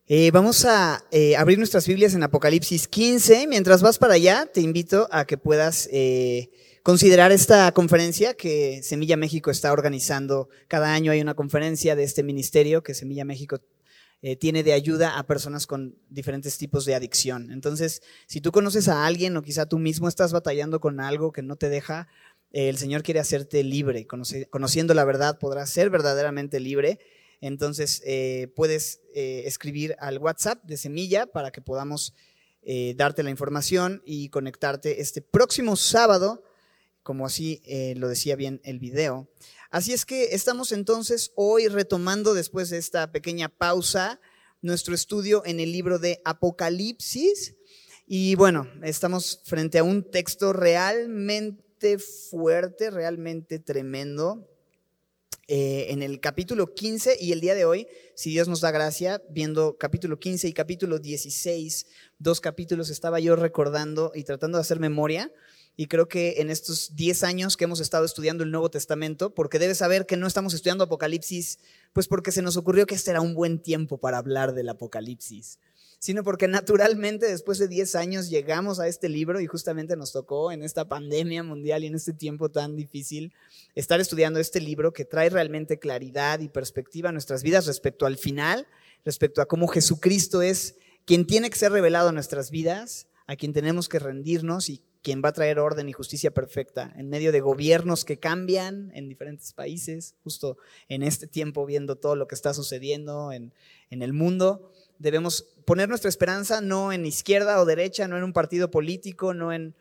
Vamos a abrir nuestras Biblias en Apocalipsis 15. Mientras vas para allá, te invito a que puedas considerar esta conferencia que Semilla México está organizando. Cada año hay una conferencia de este ministerio que Semilla México tiene de ayuda a personas con diferentes tipos de adicción. Entonces, si tú conoces a alguien o quizá tú mismo estás batallando con algo que no te deja, el Señor quiere hacerte libre. Conociendo la verdad podrás ser verdaderamente libre. Entonces puedes escribir al WhatsApp de Semilla para que podamos darte la información y conectarte este próximo sábado, como así lo decía bien el video. Así es que estamos entonces hoy retomando, después de esta pequeña pausa, nuestro estudio en el libro de Apocalipsis. Y bueno, estamos frente a un texto realmente fuerte, realmente tremendo. En el capítulo 15 y el día de hoy, si Dios nos da gracia, viendo capítulo 15 y capítulo 16, dos capítulos estaba yo recordando y tratando de hacer memoria, y creo que en estos 10 años que hemos estado estudiando el Nuevo Testamento, porque debes saber que no estamos estudiando Apocalipsis pues porque se nos ocurrió que este era un buen tiempo para hablar del Apocalipsis, sino porque naturalmente después de 10 años llegamos a este libro y justamente nos tocó en esta pandemia mundial y en este tiempo tan difícil estar estudiando este libro que trae realmente claridad y perspectiva a nuestras vidas respecto al final, respecto a cómo Jesucristo es quien tiene que ser revelado en nuestras vidas, a quien tenemos que rendirnos y quien va a traer orden y justicia perfecta en medio de gobiernos que cambian en diferentes países, justo en este tiempo viendo todo lo que está sucediendo en el mundo. Debemos poner nuestra esperanza no en izquierda o derecha, no en un partido político, no en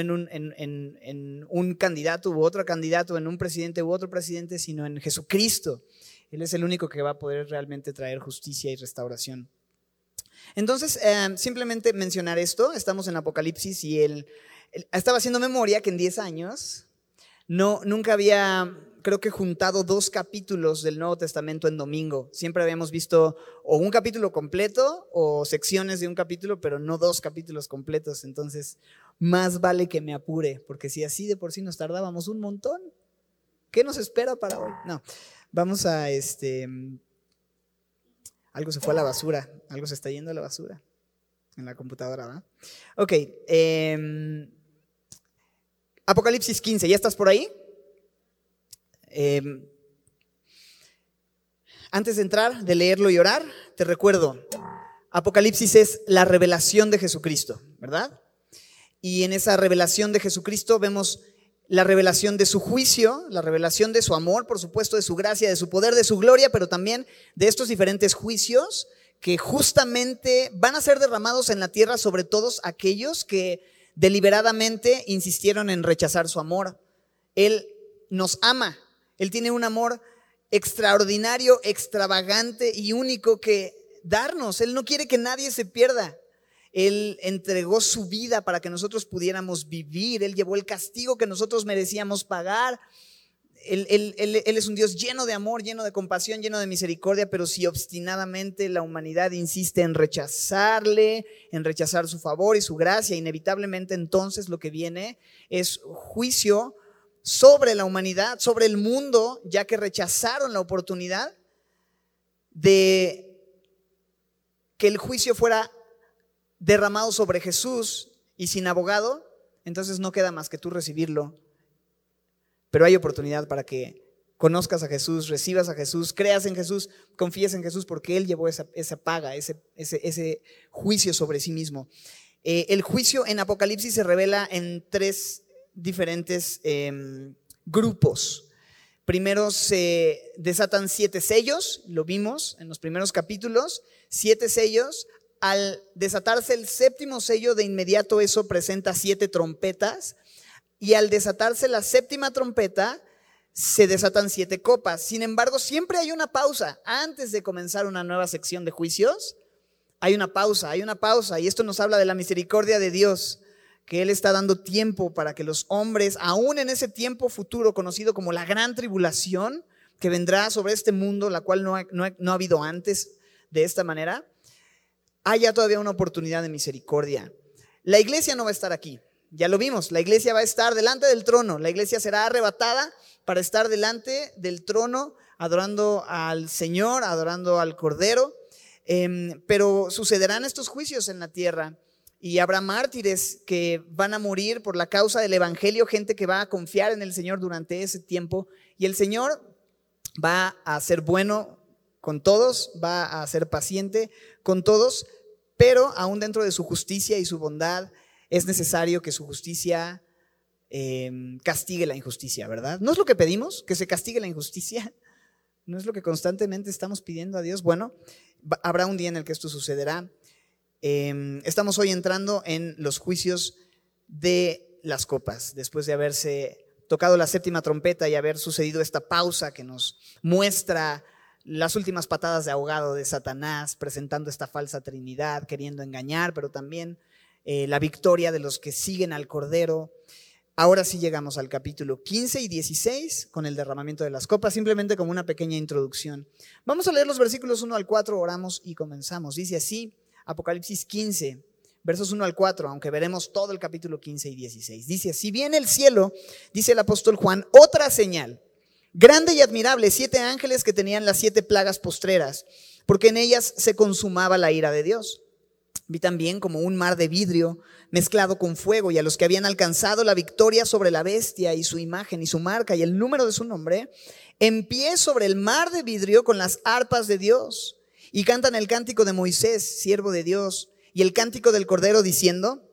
un candidato u otro candidato, en un presidente u otro presidente, sino en Jesucristo. Él es el único que va a poder realmente traer justicia y restauración. Entonces, simplemente mencionar esto, estamos en Apocalipsis y estaba haciendo memoria que en 10 años nunca había, creo que juntado 2 capítulos del Nuevo Testamento en domingo. Siempre habíamos visto o un capítulo completo o secciones de un capítulo, pero no 2 capítulos completos. Entonces, más vale que me apure, porque si así de por sí nos tardábamos un montón, ¿qué nos espera para hoy? No, vamos a algo se fue a la basura, algo se está yendo a la basura en la computadora, ¿verdad? Ok, Apocalipsis 15, ¿ya estás por ahí? Antes de entrar, de leerlo y orar, te recuerdo, Apocalipsis es la revelación de Jesucristo, ¿verdad? Y en esa revelación de Jesucristo vemos la revelación de su juicio, la revelación de su amor, por supuesto, de su gracia, de su poder, de su gloria, pero también de estos diferentes juicios que justamente van a ser derramados en la tierra sobre todos aquellos que deliberadamente insistieron en rechazar su amor. Él nos ama, Él tiene un amor extraordinario, extravagante y único que darnos. Él no quiere que nadie se pierda. Él entregó su vida para que nosotros pudiéramos vivir. Él llevó el castigo que nosotros merecíamos pagar. Él es un Dios lleno de amor, lleno de compasión, lleno de misericordia, pero si obstinadamente la humanidad insiste en rechazarle, en rechazar su favor y su gracia, inevitablemente entonces lo que viene es juicio sobre la humanidad, sobre el mundo, ya que rechazaron la oportunidad de que el juicio fuera derramado sobre Jesús y sin abogado. Entonces no queda más que tú recibirlo. Pero hay oportunidad para que conozcas a Jesús, recibas a Jesús, creas en Jesús, confíes en Jesús, porque Él llevó esa paga, ese juicio sobre sí mismo. El juicio en Apocalipsis se revela en 3 diferentes grupos. Primero se desatan 7 sellos, lo vimos en los primeros capítulos, 7 sellos. Al desatarse el 7º sello, de inmediato eso presenta 7 trompetas. Y al desatarse la 7ª trompeta, se desatan 7 copas. Sin embargo, siempre hay una pausa. Antes de comenzar una nueva sección de juicios, hay una pausa. Y esto nos habla de la misericordia de Dios, que Él está dando tiempo para que los hombres, aún en ese tiempo futuro conocido como la gran tribulación, que vendrá sobre este mundo, la cual no ha habido antes de esta manera, haya todavía una oportunidad de misericordia. La iglesia no va a estar aquí. Ya lo vimos, la iglesia va a estar delante del trono. La iglesia será arrebatada para estar delante del trono, adorando al Señor, adorando al Cordero. pero sucederán estos juicios en la tierra y habrá mártires que van a morir por la causa del evangelio, gente que va a confiar en el Señor durante ese tiempo, y el Señor va a ser bueno con todos, va a ser paciente con todos, pero aún dentro de su justicia y su bondad es necesario que su justicia castigue la injusticia, ¿verdad? ¿No es lo que pedimos? ¿Que se castigue la injusticia? ¿No es lo que constantemente estamos pidiendo a Dios? Bueno, habrá un día en el que esto sucederá. Estamos hoy entrando en los juicios de las copas, después de haberse tocado la séptima trompeta y haber sucedido esta pausa que nos muestra las últimas patadas de ahogado de Satanás, presentando esta falsa trinidad, queriendo engañar, pero también la victoria de los que siguen al Cordero. Ahora sí llegamos al capítulo 15 y 16 con el derramamiento de las copas, simplemente como una pequeña introducción. Vamos a leer los versículos 1 al 4, oramos y comenzamos. Dice así, Apocalipsis 15, versos 1 al 4, aunque veremos todo el capítulo 15 y 16. Dice, si viene el cielo, dice el apóstol Juan, otra señal, grande y admirable, 7 ángeles que tenían las 7 plagas postreras, porque en ellas se consumaba la ira de Dios. Vi también como un mar de vidrio mezclado con fuego, y a los que habían alcanzado la victoria sobre la bestia y su imagen y su marca y el número de su nombre, en pie sobre el mar de vidrio con las arpas de Dios, y cantan el cántico de Moisés, siervo de Dios, y el cántico del Cordero diciendo,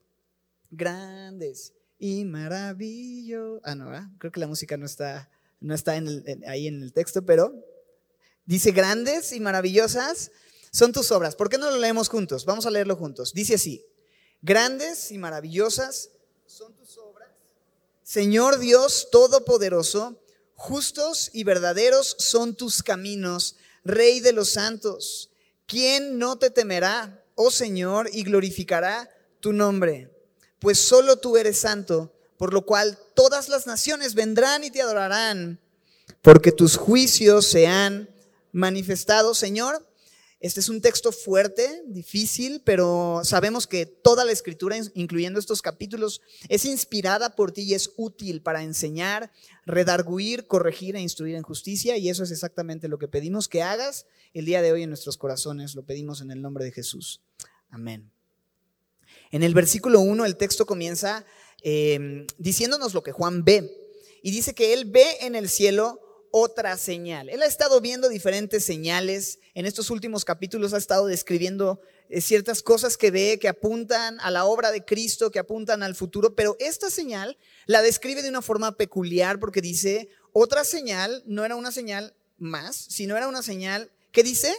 grandes y maravillosos. Creo que la música no está ahí en el texto, pero dice, grandes y maravillosas son tus obras. ¿Por qué no lo leemos juntos? Vamos a leerlo juntos. Dice así, grandes y maravillosas son tus obras, Señor Dios Todopoderoso, justos y verdaderos son tus caminos, Rey de los santos. ¿Quién no te temerá, oh Señor, y glorificará tu nombre? Pues solo tú eres santo, por lo cual todas las naciones vendrán y te adorarán, porque tus juicios se han manifestado. Señor, este es un texto fuerte, difícil, pero sabemos que toda la escritura, incluyendo estos capítulos, es inspirada por ti y es útil para enseñar, redarguir, corregir e instruir en justicia, y eso es exactamente lo que pedimos que hagas el día de hoy en nuestros corazones. Lo pedimos en el nombre de Jesús. Amén. En el versículo 1 el texto comienza diciéndonos lo que Juan ve, y dice que él ve en el cielo otra señal. Él ha estado viendo diferentes señales en estos últimos capítulos, ha estado describiendo ciertas cosas que ve, que apuntan a la obra de Cristo, que apuntan al futuro, pero esta señal la describe de una forma peculiar porque dice, otra señal, no era una señal más, sino era una señal, ¿qué dice?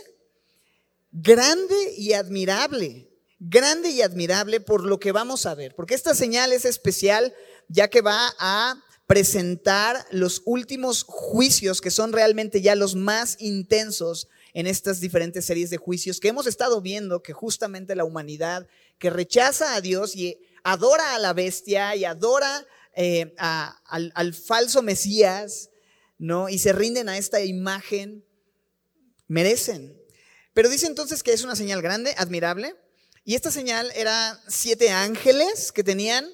Grande y admirable por lo que vamos a ver, porque esta señal es especial ya que va a presentar los últimos juicios que son realmente ya los más intensos en estas diferentes series de juicios que hemos estado viendo, que justamente la humanidad que rechaza a Dios y adora a la bestia y adora al falso Mesías, ¿no? Y se rinden a esta imagen, merecen. Pero dice entonces que es una señal grande, admirable, y esta señal era 7 ángeles que tenían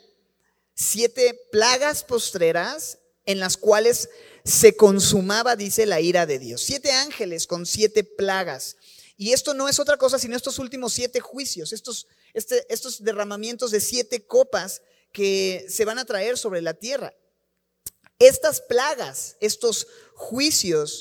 7 plagas postreras en las cuales se consumaba, dice, la ira de Dios. 7 ángeles con 7 plagas. Y esto no es otra cosa sino estos últimos 7 juicios, estos derramamientos de 7 copas que se van a traer sobre la tierra. Estas plagas, estos juicios,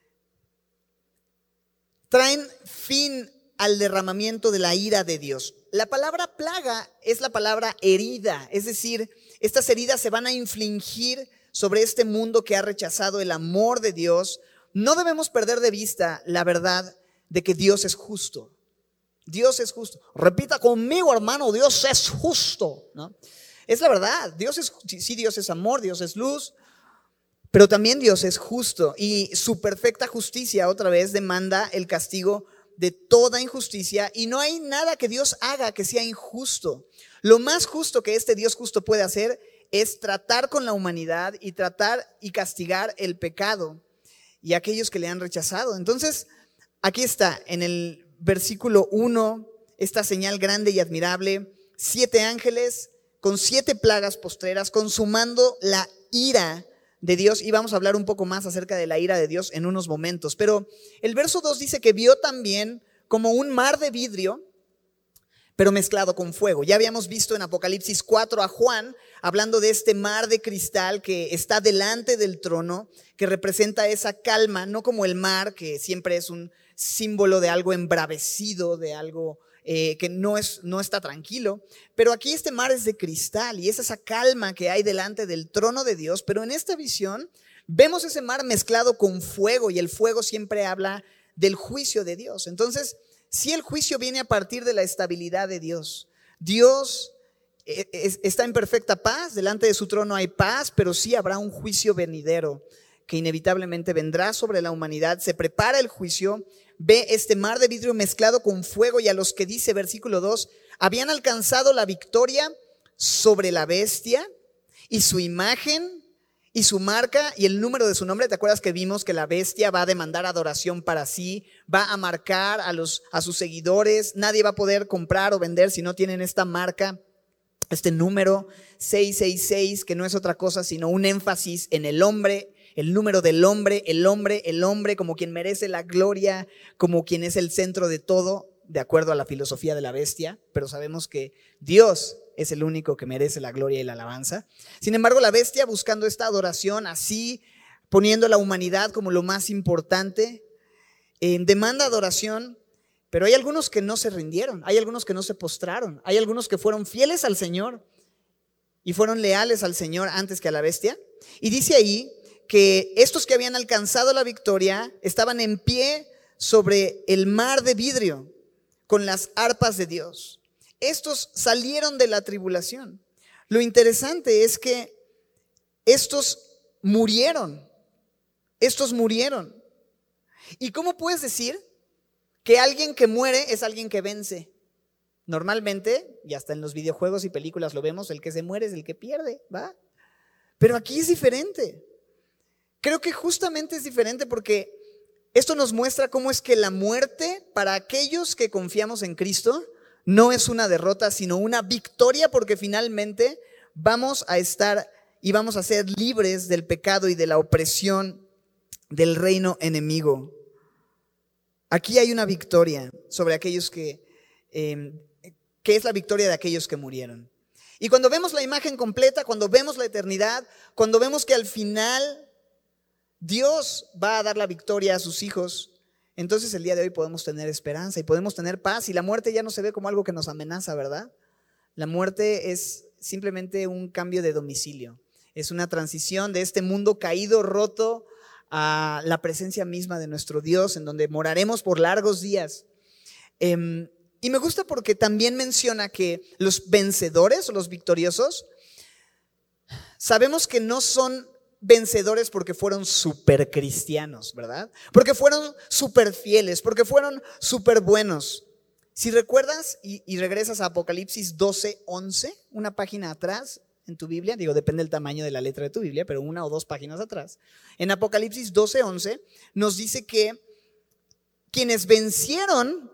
traen fin al derramamiento de la ira de Dios. La palabra plaga es la palabra herida, es decir, estas heridas se van a infligir sobre este mundo que ha rechazado el amor de Dios. No debemos perder de vista la verdad de que Dios es justo. Dios es justo. Repita conmigo, hermano, Dios es justo, ¿no? Es la verdad. Dios es amor, Dios es luz, pero también Dios es justo, y su perfecta justicia otra vez demanda el castigo de toda injusticia, y no hay nada que Dios haga que sea injusto. Lo más justo que este Dios justo puede hacer es tratar con la humanidad y tratar y castigar el pecado y aquellos que le han rechazado. Entonces, aquí está en el versículo 1, esta señal grande y admirable, 7 ángeles con 7 plagas postreras consumando la ira de Dios, y vamos a hablar un poco más acerca de la ira de Dios en unos momentos. Pero el verso 2 dice que vio también como un mar de vidrio, pero mezclado con fuego. Ya habíamos visto en Apocalipsis 4 a Juan hablando de este mar de cristal que está delante del trono, que representa esa calma, no como el mar, que siempre es un símbolo de algo embravecido, de algo que no está tranquilo. Pero aquí este mar es de cristal y es esa calma que hay delante del trono de Dios. Pero en esta visión vemos ese mar mezclado con fuego, y el fuego siempre habla del juicio de Dios. Entonces, si el juicio viene a partir de la estabilidad de Dios, Dios está en perfecta paz, delante de su trono hay paz, pero sí habrá un juicio venidero que inevitablemente vendrá sobre la humanidad. Se prepara el juicio, ve este mar de vidrio mezclado con fuego, y a los que dice, versículo 2, habían alcanzado la victoria sobre la bestia y su imagen y su marca y el número de su nombre. ¿Te acuerdas que vimos que la bestia va a demandar adoración para sí? Va a marcar a sus seguidores. Nadie va a poder comprar o vender si no tienen esta marca, este número 666, que no es otra cosa sino un énfasis en el hombre, el número del hombre, el hombre como quien merece la gloria, como quien es el centro de todo, de acuerdo a la filosofía de la bestia. Pero sabemos que Dios es el único que merece la gloria y la alabanza. Sin embargo, la bestia, buscando esta adoración así, poniendo a la humanidad como lo más importante, demanda adoración. Pero hay algunos que no se rindieron, hay algunos que no se postraron, hay algunos que fueron fieles al Señor y fueron leales al Señor antes que a la bestia. Y dice ahí que estos que habían alcanzado la victoria estaban en pie sobre el mar de vidrio con las arpas de Dios. Estos salieron de la tribulación. Lo interesante es que estos murieron. ¿Y cómo puedes decir que alguien que muere es alguien que vence? Normalmente, y hasta en los videojuegos y películas lo vemos, el que se muere es el que pierde, ¿va? Pero aquí es diferente. Creo que justamente es diferente porque esto nos muestra cómo es que la muerte para aquellos que confiamos en Cristo no es una derrota, sino una victoria, porque finalmente vamos a estar y vamos a ser libres del pecado y de la opresión del reino enemigo. Aquí hay una victoria sobre aquellos que es la victoria de aquellos que murieron. Y cuando vemos la imagen completa, cuando vemos la eternidad, cuando vemos que al final Dios va a dar la victoria a sus hijos, entonces el día de hoy podemos tener esperanza y podemos tener paz, y la muerte ya no se ve como algo que nos amenaza, ¿verdad? La muerte es simplemente un cambio de domicilio, es una transición de este mundo caído, roto, a la presencia misma de nuestro Dios, en donde moraremos por largos días. Y me gusta porque también menciona que los vencedores o los victoriosos, sabemos que no son vencedores porque fueron súper cristianos, ¿verdad? Porque fueron súper fieles, porque fueron súper buenos. Si recuerdas y regresas a Apocalipsis 12:11, una página atrás en tu Biblia, depende del tamaño de la letra de tu Biblia, pero una o dos páginas atrás, en Apocalipsis 12:11 nos dice que quienes vencieron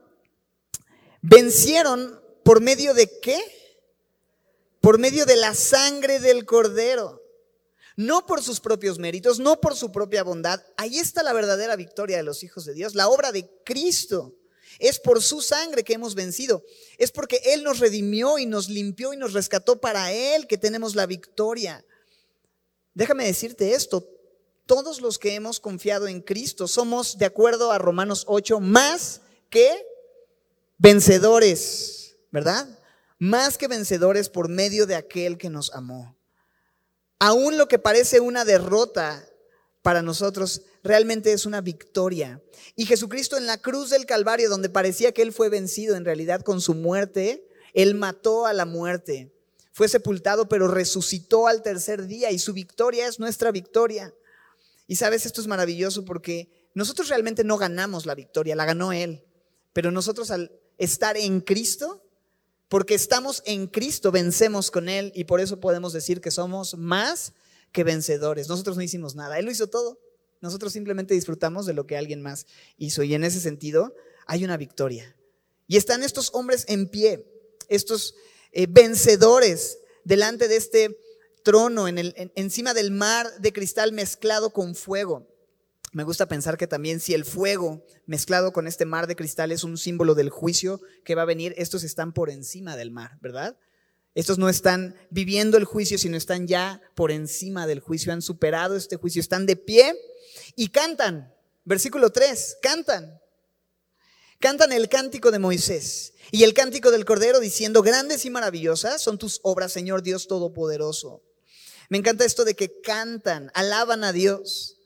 ¿por medio de qué? Por medio de la sangre del Cordero. No por sus propios méritos, no por su propia bondad. Ahí está la verdadera victoria de los hijos de Dios, la obra de Cristo. Es por su sangre que hemos vencido. Es porque Él nos redimió y nos limpió y nos rescató para Él que tenemos la victoria. Déjame decirte esto: todos los que hemos confiado en Cristo somos, de acuerdo a Romanos 8, más que vencedores, ¿verdad? Más que vencedores por medio de aquel que nos amó. Aún lo que parece una derrota para nosotros realmente es una victoria. Y Jesucristo en la cruz del Calvario, donde parecía que Él fue vencido, en realidad con su muerte, Él mató a la muerte. Fue sepultado, pero resucitó al tercer día, y su victoria es nuestra victoria. Y sabes, esto es maravilloso porque nosotros realmente no ganamos la victoria, la ganó Él. Pero nosotros, al estar en Cristo, porque estamos en Cristo, vencemos con Él, y por eso podemos decir que somos más que vencedores. Nosotros no hicimos nada, Él lo hizo todo. Nosotros simplemente disfrutamos de lo que alguien más hizo, y en ese sentido hay una victoria. Y están estos hombres en pie, estos vencedores delante de este trono encima del mar de cristal mezclado con fuego. Me gusta pensar que también si el fuego mezclado con este mar de cristal es un símbolo del juicio que va a venir, estos están por encima del mar, ¿verdad? Estos no están viviendo el juicio, sino están ya por encima del juicio, han superado este juicio, están de pie y cantan. Versículo 3, cantan el cántico de Moisés y el cántico del Cordero diciendo: grandes y maravillosas son tus obras, Señor Dios Todopoderoso. Me encanta esto de que cantan, alaban a Dios.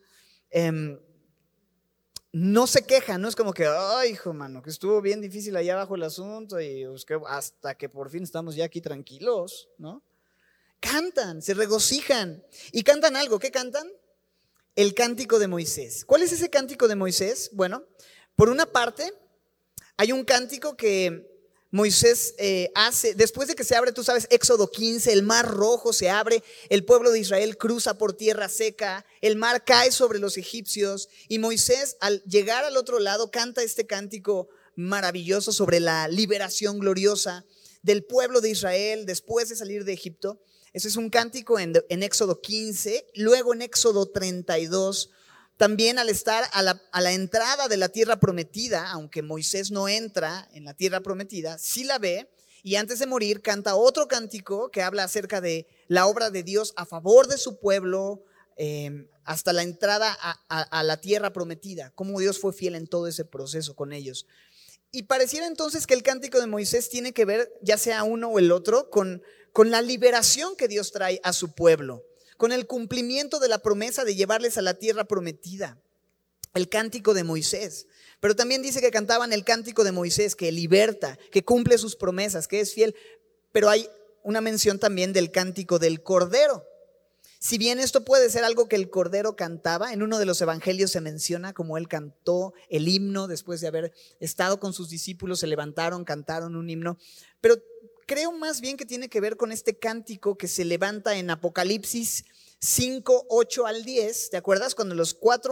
No se quejan, no es como que, ay, hijo, mano, que estuvo bien difícil allá abajo el asunto y pues, hasta que por fin estamos ya aquí tranquilos, ¿no? Cantan, se regocijan y cantan algo. ¿Qué cantan? El cántico de Moisés. ¿Cuál es ese cántico de Moisés? Bueno, por una parte, hay un cántico que Moisés hace después de que se abre, tú sabes, Éxodo 15, el mar rojo se abre, el pueblo de Israel cruza por tierra seca, el mar cae sobre los egipcios y Moisés, al llegar al otro lado, canta este cántico maravilloso sobre la liberación gloriosa del pueblo de Israel después de salir de Egipto. Ese es un cántico en Éxodo 15, luego en Éxodo 32. También al estar a la entrada de la tierra prometida, aunque Moisés no entra en la tierra prometida, sí la ve, y antes de morir canta otro cántico que habla acerca de la obra de Dios a favor de su pueblo, hasta la entrada a la tierra prometida, cómo Dios fue fiel en todo ese proceso con ellos. Y pareciera entonces que el cántico de Moisés tiene que ver, ya sea uno o el otro, con la liberación que Dios trae a su pueblo, con el cumplimiento de la promesa de llevarles a la tierra prometida, el cántico de Moisés. Pero también dice que cantaban el cántico de Moisés, que liberta, que cumple sus promesas, que es fiel. Pero hay una mención también del cántico del Cordero. Si bien esto puede ser algo que el Cordero cantaba, en uno de los evangelios se menciona como él cantó el himno después de haber estado con sus discípulos, se levantaron, cantaron un himno. Pero creo más bien que tiene que ver con este cántico que se levanta en Apocalipsis 5, 8 al 10. ¿Te acuerdas? Cuando los cuatro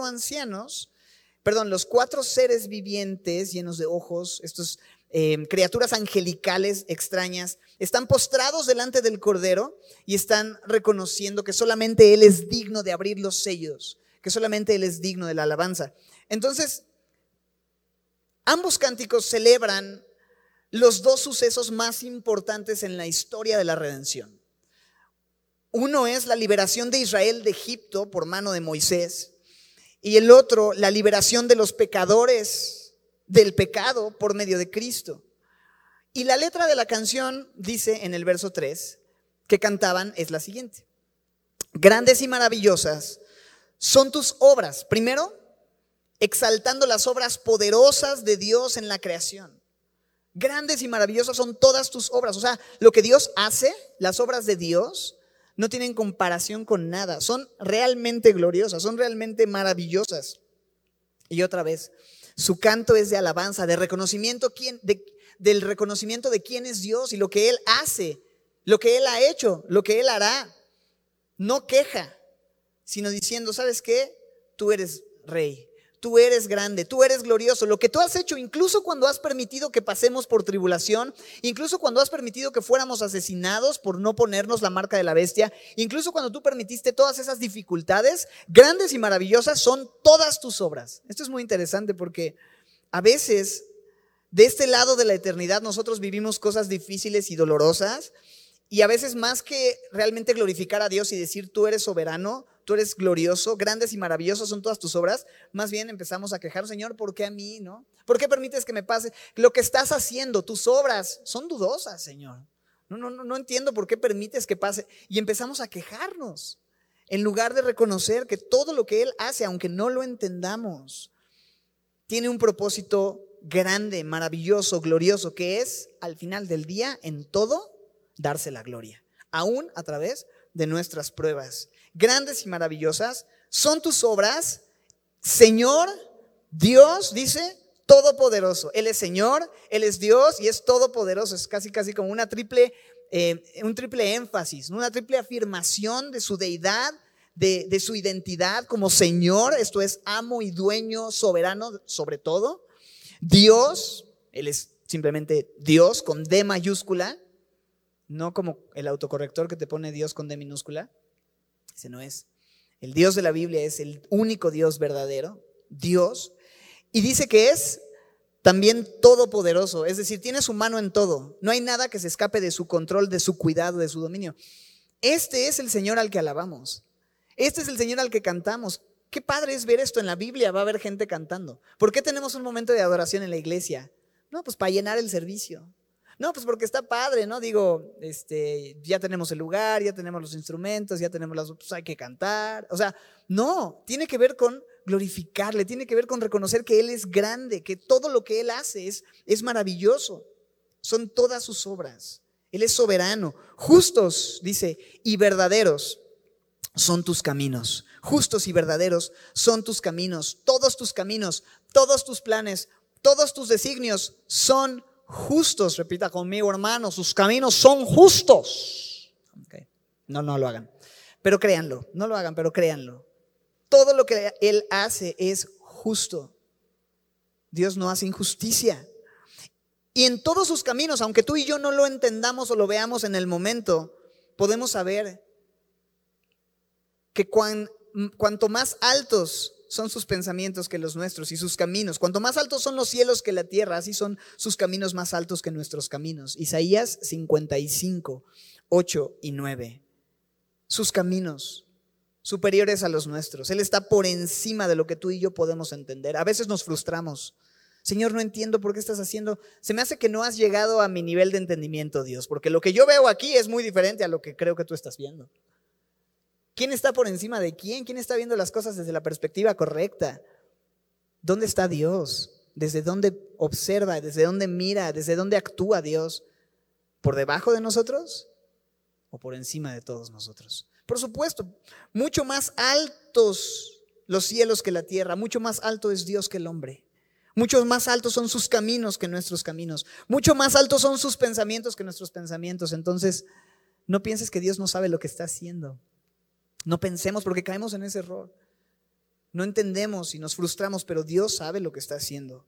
seres vivientes llenos de ojos, estos criaturas angelicales extrañas, están postrados delante del Cordero y están reconociendo que solamente Él es digno de abrir los sellos, que solamente Él es digno de la alabanza. Entonces, ambos cánticos celebran los dos sucesos más importantes en la historia de la redención. Uno es la liberación de Israel de Egipto por mano de Moisés, y el otro, la liberación de los pecadores del pecado por medio de Cristo. Y la letra de la canción dice en el verso 3 que cantaban es la siguiente: grandes y maravillosas son tus obras. Primero, exaltando las obras poderosas de Dios en la creación. Grandes y maravillosas son todas tus obras. O sea, lo que Dios hace, las obras de Dios, no tienen comparación con nada. Son realmente gloriosas, son realmente maravillosas. Y otra vez, su canto es de alabanza, de reconocimiento, del reconocimiento de quién es Dios y lo que Él hace, lo que Él ha hecho, lo que Él hará. No queja, sino diciendo: ¿sabes qué? Tú eres rey. Tú eres grande, tú eres glorioso. Lo que tú has hecho, incluso cuando has permitido que pasemos por tribulación, incluso cuando has permitido que fuéramos asesinados por no ponernos la marca de la bestia, incluso cuando tú permitiste todas esas dificultades, grandes y maravillosas son todas tus obras. Esto es muy interesante porque a veces de este lado de la eternidad nosotros vivimos cosas difíciles y dolorosas, y a veces más que realmente glorificar a Dios y decir: tú eres soberano, tú eres glorioso, grandes y maravillosas son todas tus obras, más bien empezamos a quejar: Señor, ¿por qué a mí, no? ¿Por qué permites que me pase? Lo que estás haciendo, tus obras son dudosas, Señor. No entiendo por qué permites que pase. Y empezamos a quejarnos en lugar de reconocer que todo lo que Él hace, aunque no lo entendamos, tiene un propósito grande, maravilloso, glorioso, que es, al final del día, en todo, darse la gloria, aún a través de nuestras pruebas. Grandes y maravillosas son tus obras, Señor Dios, dice, todopoderoso. Él es Señor, Él es Dios y es todopoderoso. Es casi como un triple énfasis, una triple afirmación de su deidad, de su identidad como Señor. Esto es amo y dueño, soberano sobre todo. Dios, Él es simplemente Dios con D mayúscula, no como el autocorrector que te pone Dios con D minúscula. Ese no es. El Dios de la Biblia es el único Dios verdadero. Dios, y dice que es también todopoderoso, es decir, tiene su mano en todo. No hay nada que se escape de su control, de su cuidado, de su dominio. Este es el Señor al que alabamos. Este es el Señor al que cantamos. Qué padre es ver esto en la Biblia, va a haber gente cantando. ¿Por qué tenemos un momento de adoración en la iglesia? No, pues para llenar el servicio. No, pues porque está padre, ¿no? Digo, ya tenemos el lugar, ya tenemos los instrumentos, ya tenemos pues hay que cantar. O sea, no, tiene que ver con glorificarle, tiene que ver con reconocer que Él es grande, que todo lo que Él hace es maravilloso. Son todas sus obras. Él es soberano. Justos, dice, y verdaderos son tus caminos. Justos y verdaderos son tus caminos. Todos tus caminos, todos tus planes, todos tus designios son justos. Repita conmigo, hermano, sus caminos son justos. Okay. No lo hagan, pero créanlo. No lo hagan, pero créanlo. Todo lo que Él hace es justo. Dios no hace injusticia. Y en todos sus caminos, aunque tú y yo no lo entendamos o lo veamos en el momento, podemos saber que cuanto más altos son sus pensamientos que los nuestros y sus caminos, cuanto más altos son los cielos que la tierra, así son sus caminos más altos que nuestros caminos. Isaías 55, 8 y 9. Sus caminos superiores a los nuestros. Él está por encima de lo que tú y yo podemos entender. A veces nos frustramos. Señor, no entiendo por qué estás haciendo. Se me hace que no has llegado a mi nivel de entendimiento, Dios, porque lo que yo veo aquí es muy diferente a lo que creo que tú estás viendo. ¿Quién está por encima de quién? ¿Quién está viendo las cosas desde la perspectiva correcta? ¿Dónde está Dios? ¿Desde dónde observa? ¿Desde dónde mira? ¿Desde dónde actúa Dios? ¿Por debajo de nosotros o por encima de todos nosotros? Por supuesto, mucho más altos los cielos que la tierra, mucho más alto es Dios que el hombre. Mucho más altos son sus caminos que nuestros caminos. Mucho más altos son sus pensamientos que nuestros pensamientos. Entonces, no pienses que Dios no sabe lo que está haciendo. No pensemos, porque caemos en ese error. No entendemos y nos frustramos, pero Dios sabe lo que está haciendo.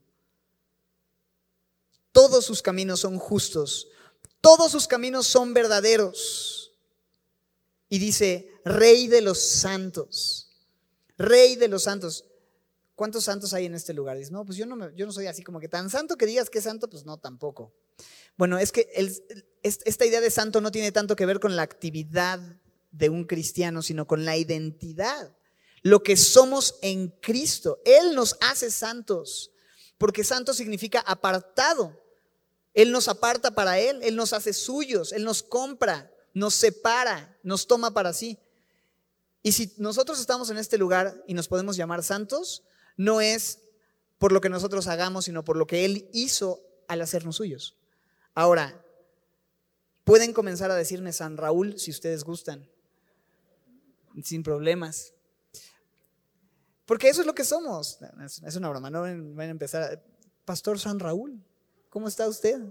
Todos sus caminos son justos. Todos sus caminos son verdaderos. Y dice, Rey de los santos. Rey de los santos. ¿Cuántos santos hay en este lugar? Dices, no, pues yo no soy así como que tan santo que digas que es santo, pues no, tampoco. Bueno, es que esta idea de santo no tiene tanto que ver con la actividad de un cristiano, sino con la identidad. Lo que somos en Cristo. Él nos hace santos, porque santo significa apartado. Él nos aparta para Él, Él nos hace suyos, Él nos compra, nos separa, nos toma para sí. Y si nosotros estamos en este lugar y nos podemos llamar santos, no es por lo que nosotros hagamos, sino por lo que Él hizo al hacernos suyos. Ahora, pueden comenzar a decirme San Raúl si ustedes gustan, sin problemas. Porque eso es lo que somos. Es una broma, no van a empezar. Pastor San Raúl, ¿cómo está usted?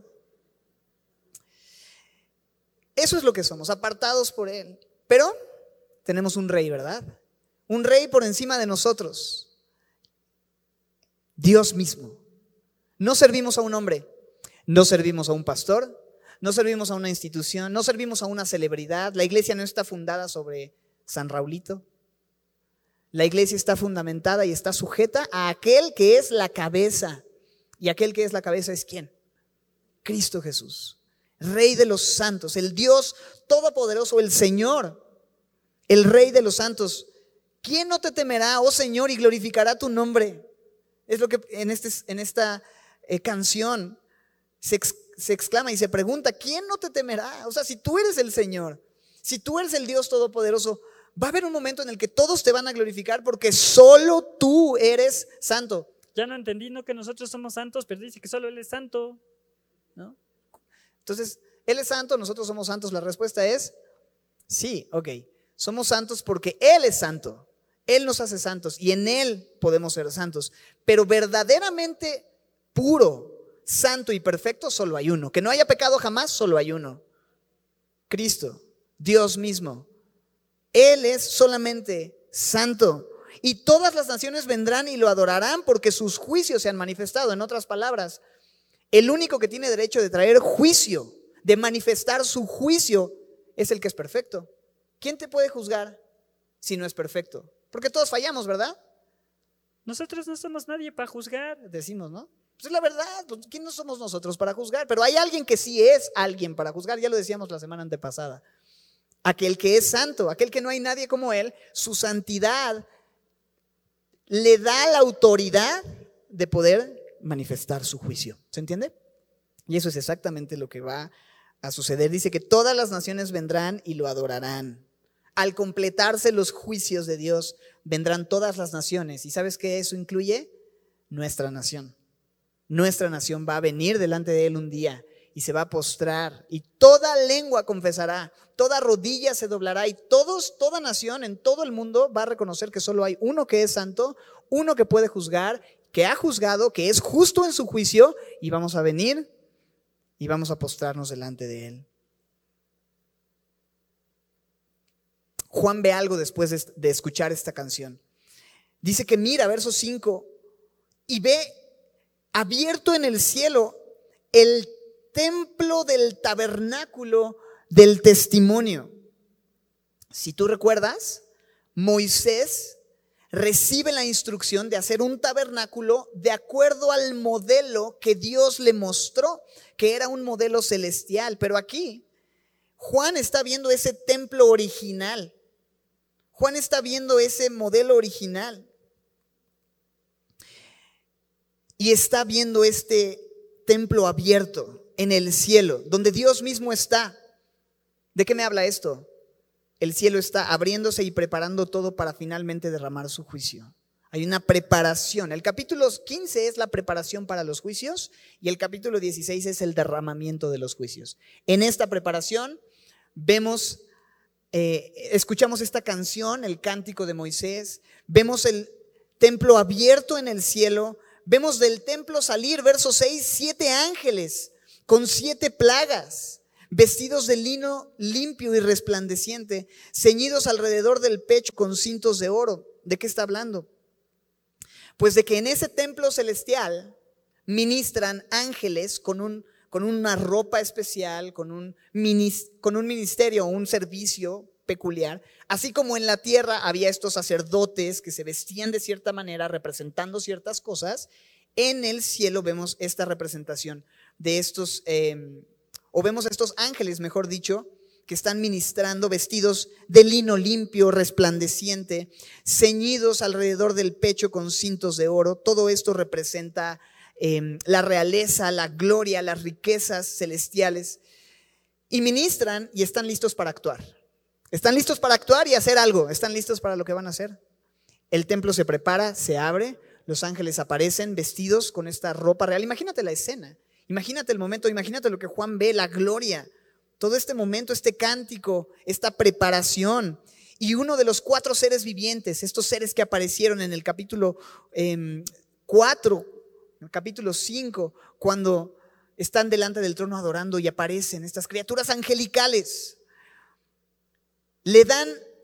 Eso es lo que somos, apartados por Él. Pero tenemos un rey, ¿verdad? Un rey por encima de nosotros. Dios mismo. No servimos a un hombre, no servimos a un pastor, no servimos a una institución, no servimos a una celebridad. La iglesia no está fundada sobre San Raulito. La iglesia está fundamentada y está sujeta a aquel que es la cabeza. ¿Y aquel que es la cabeza es quién? Cristo Jesús, Rey de los santos, el Dios todopoderoso, el Señor, el Rey de los santos. ¿Quién no te temerá, oh Señor, y glorificará tu nombre? Es lo que en esta canción se exclama y se pregunta, ¿quién no te temerá? O sea, si tú eres el Señor, si tú eres el Dios todopoderoso, va a haber un momento en el que todos te van a glorificar porque solo tú eres santo. Ya no entendí, no que nosotros somos santos, pero dice que solo Él es santo, ¿no? Entonces, Él es santo, nosotros somos santos. La respuesta es sí, ok. Somos santos porque Él es santo. Él nos hace santos y en Él podemos ser santos. Pero verdaderamente puro, santo y perfecto solo hay uno. Que no haya pecado jamás, solo hay uno. Cristo, Dios mismo. Él es solamente santo. Y todas las naciones vendrán y lo adorarán porque sus juicios se han manifestado. En otras palabras, el único que tiene derecho de traer juicio, de manifestar su juicio, es el que es perfecto. ¿Quién te puede juzgar si no es perfecto? Porque todos fallamos, ¿verdad? Nosotros no somos nadie para juzgar. Decimos, ¿no? Pues es la verdad, pues, ¿quién no somos nosotros para juzgar? Pero hay alguien que sí es alguien para juzgar, ya lo decíamos la semana antepasada. Aquel que es santo, aquel que no hay nadie como él, su santidad le da la autoridad de poder manifestar su juicio. ¿Se entiende? Y eso es exactamente lo que va a suceder. Dice que todas las naciones vendrán y lo adorarán. Al completarse los juicios de Dios, vendrán todas las naciones. ¿Y sabes qué eso incluye? Nuestra nación. Nuestra nación va a venir delante de Él un día y se va a postrar y toda lengua confesará, toda rodilla se doblará y toda nación en todo el mundo va a reconocer que solo hay uno que es santo, uno que puede juzgar, que ha juzgado, que es justo en su juicio, y vamos a venir y vamos a postrarnos delante de Él. Juan ve algo después de escuchar esta canción. Dice que mira, verso 5, y ve abierto en el cielo el templo del tabernáculo del testimonio. Si tú recuerdas, Moisés recibe la instrucción de hacer un tabernáculo de acuerdo al modelo que Dios le mostró, que era un modelo celestial. Pero aquí Juan está viendo ese templo original. Juan está viendo ese modelo original. Y está viendo este templo abierto en el cielo, donde Dios mismo está. ¿De qué me habla esto? El cielo está abriéndose y preparando todo para finalmente derramar su juicio. Hay una preparación. El capítulo 15 es la preparación para los juicios y el capítulo 16 es el derramamiento de los juicios. En esta preparación vemos, escuchamos esta canción, el cántico de Moisés, vemos el templo abierto en el cielo, vemos del templo salir, verso 6, 7 ángeles con 7 plagas, vestidos de lino limpio y resplandeciente, ceñidos alrededor del pecho con cintos de oro. ¿De qué está hablando? Pues de que en ese templo celestial ministran ángeles con una ropa especial, con un ministerio, un servicio peculiar. Así como en la tierra había estos sacerdotes que se vestían de cierta manera representando ciertas cosas, en el cielo vemos esta representación de estos, o vemos a estos ángeles, mejor dicho, que están ministrando vestidos de lino limpio, resplandeciente, ceñidos alrededor del pecho con cintos de oro. Todo esto representa la realeza, la gloria, las riquezas celestiales. Y ministran y están listos para actuar. Están listos para actuar y hacer algo. Están listos para lo que van a hacer. El templo se prepara, se abre, los ángeles aparecen vestidos con esta ropa real. Imagínate la escena, imagínate el momento, imagínate lo que Juan ve, la gloria. Todo este momento, este cántico, esta preparación. Y uno de los 4 seres vivientes, estos seres que aparecieron en el capítulo 4, el capítulo 5, cuando están delante del trono adorando y aparecen estas criaturas angelicales, le dan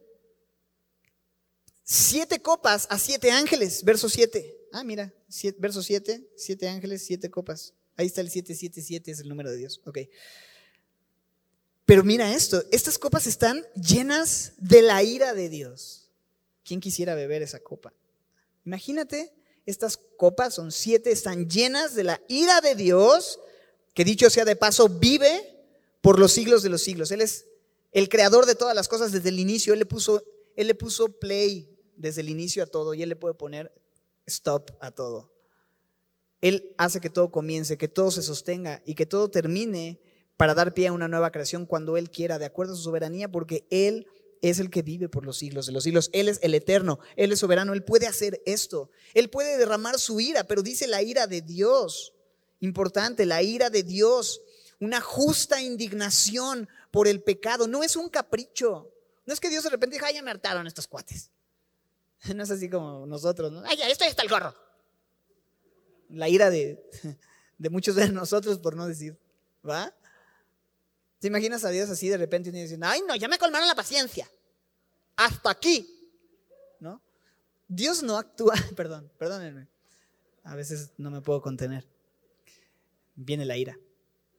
7 copas a 7 ángeles, verso 7. Mira, verso 7, 7 ángeles, 7 copas. Ahí está el 777, es el número de Dios. Ok. Pero mira esto, estas copas están llenas de la ira de Dios. ¿Quién quisiera beber esa copa? Imagínate, estas copas son 7, están llenas de la ira de Dios, que dicho sea de paso, vive por los siglos de los siglos. Él es el creador de todas las cosas desde el inicio. Él le puso play desde el inicio a todo y Él le puede poner stop a todo. Él hace que todo comience, que todo se sostenga y que todo termine para dar pie a una nueva creación cuando Él quiera, de acuerdo a su soberanía, porque Él es el que vive por los siglos de los siglos. Él es el eterno, Él es soberano, Él puede hacer esto. Él puede derramar su ira, pero dice la ira de Dios. Importante, la ira de Dios, una justa indignación por el pecado. No es un capricho. No es que Dios de repente diga, ya me hartaron estos cuates. No es así como nosotros, ¿no? Ya, esto ya está el gorro. La ira de muchos de nosotros, por no decir, ¿va? ¿Te imaginas a Dios así de repente y diciendo, ay no, ya me colmaron la paciencia, hasta aquí, ¿no? Dios no actúa, perdónenme, a veces no me puedo contener, viene la ira.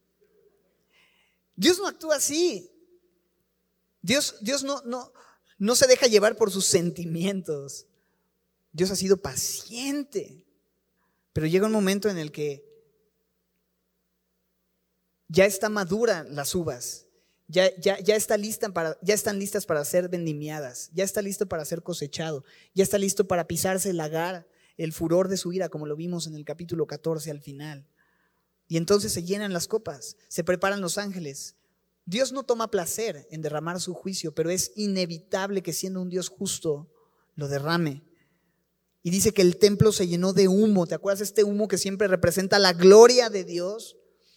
Dios no actúa así. Dios no se deja llevar por sus sentimientos. Dios ha sido paciente, pero llega un momento en el que ya está madura las uvas, ya están listas para ser vendimiadas, ya está listo para ser cosechado, ya está listo para pisarse el lagar, el furor de su ira, como lo vimos en el capítulo 14 al final. Y entonces se llenan las copas, se preparan los ángeles. Dios no toma placer en derramar su juicio, pero es inevitable que siendo un Dios justo lo derrame. Y dice que el templo se llenó de humo. ¿Te acuerdas de este humo que siempre representa la gloria de Dios?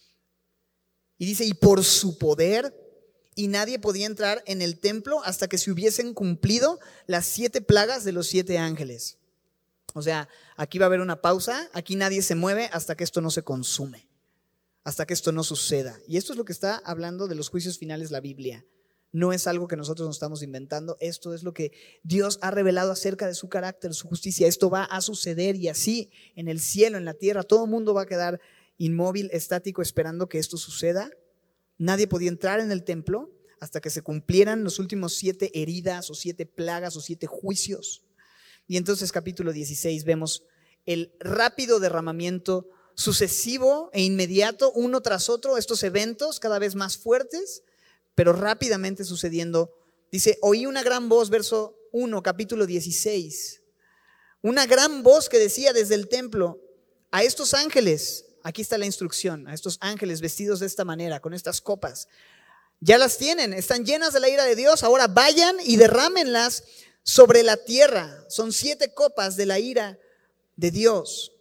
Y dice, y por su poder, y nadie podía entrar en el templo hasta que se hubiesen cumplido las 7 plagas de los 7 ángeles. O sea, aquí va a haber una pausa, aquí nadie se mueve hasta que esto no se consume, hasta que esto no suceda. Y esto es lo que está hablando de los juicios finales la Biblia. No es algo que nosotros nos estamos inventando, esto es lo que Dios ha revelado acerca de su carácter, su justicia. Esto va a suceder y así en el cielo, en la tierra, todo el mundo va a quedar inmóvil, estático, esperando que esto suceda. Nadie podía entrar en el templo hasta que se cumplieran los últimos 7 heridas o 7 plagas o 7 juicios. Y entonces capítulo 16 vemos el rápido derramamiento sucesivo e inmediato, uno tras otro, estos eventos cada vez más fuertes, pero rápidamente sucediendo. Dice, oí una gran voz, verso 1, capítulo 16. Una gran voz que decía desde el templo a estos ángeles. Aquí está la instrucción, a estos ángeles vestidos de esta manera, con estas copas. Ya las tienen, están llenas de la ira de Dios, ahora vayan y derrámenlas sobre la tierra. Son 7 copas de la ira de Dios.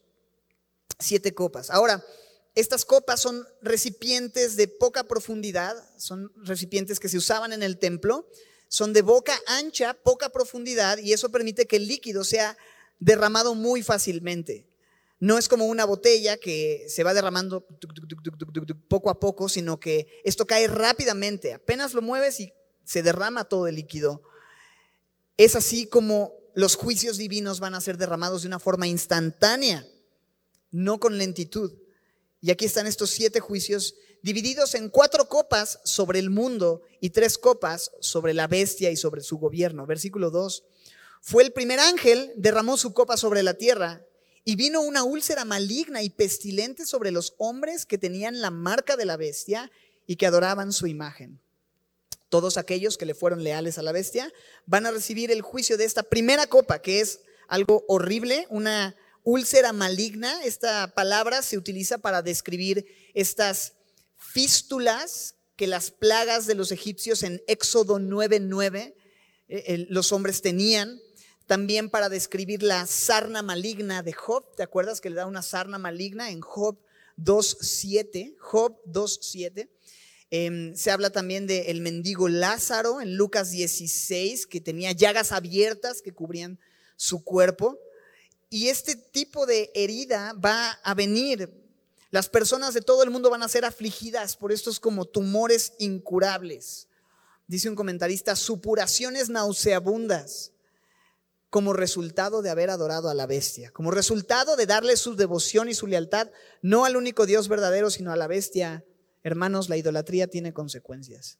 7 copas. Ahora, estas copas son recipientes de poca profundidad, son recipientes que se usaban en el templo, son de boca ancha, poca profundidad, y eso permite que el líquido sea derramado muy fácilmente. No es como una botella que se va derramando poco a poco, sino que esto cae rápidamente. Apenas lo mueves y se derrama todo el líquido. Es así como los juicios divinos van a ser derramados de una forma instantánea, no con lentitud. Y aquí están estos 7 juicios divididos en 4 copas sobre el mundo y 3 copas sobre la bestia y sobre su gobierno. Versículo 2. Fue el primer ángel, derramó su copa sobre la tierra. Y vino una úlcera maligna y pestilente sobre los hombres que tenían la marca de la bestia y que adoraban su imagen. Todos aquellos que le fueron leales a la bestia van a recibir el juicio de esta primera copa, que es algo horrible, una úlcera maligna. Esta palabra se utiliza para describir estas fístulas que las plagas de los egipcios en Éxodo 9:9 los hombres tenían. También para describir la sarna maligna de Job. ¿Te acuerdas que le da una sarna maligna en Job 2:7? Job 2:7. Se habla también del mendigo Lázaro en Lucas 16, que tenía llagas abiertas que cubrían su cuerpo. Y este tipo de herida va a venir. Las personas de todo el mundo van a ser afligidas por estos como tumores incurables. Dice un comentarista, supuraciones nauseabundas, como resultado de haber adorado a la bestia, como resultado de darle su devoción y su lealtad, no al único Dios verdadero, sino a la bestia. Hermanos, la idolatría tiene consecuencias.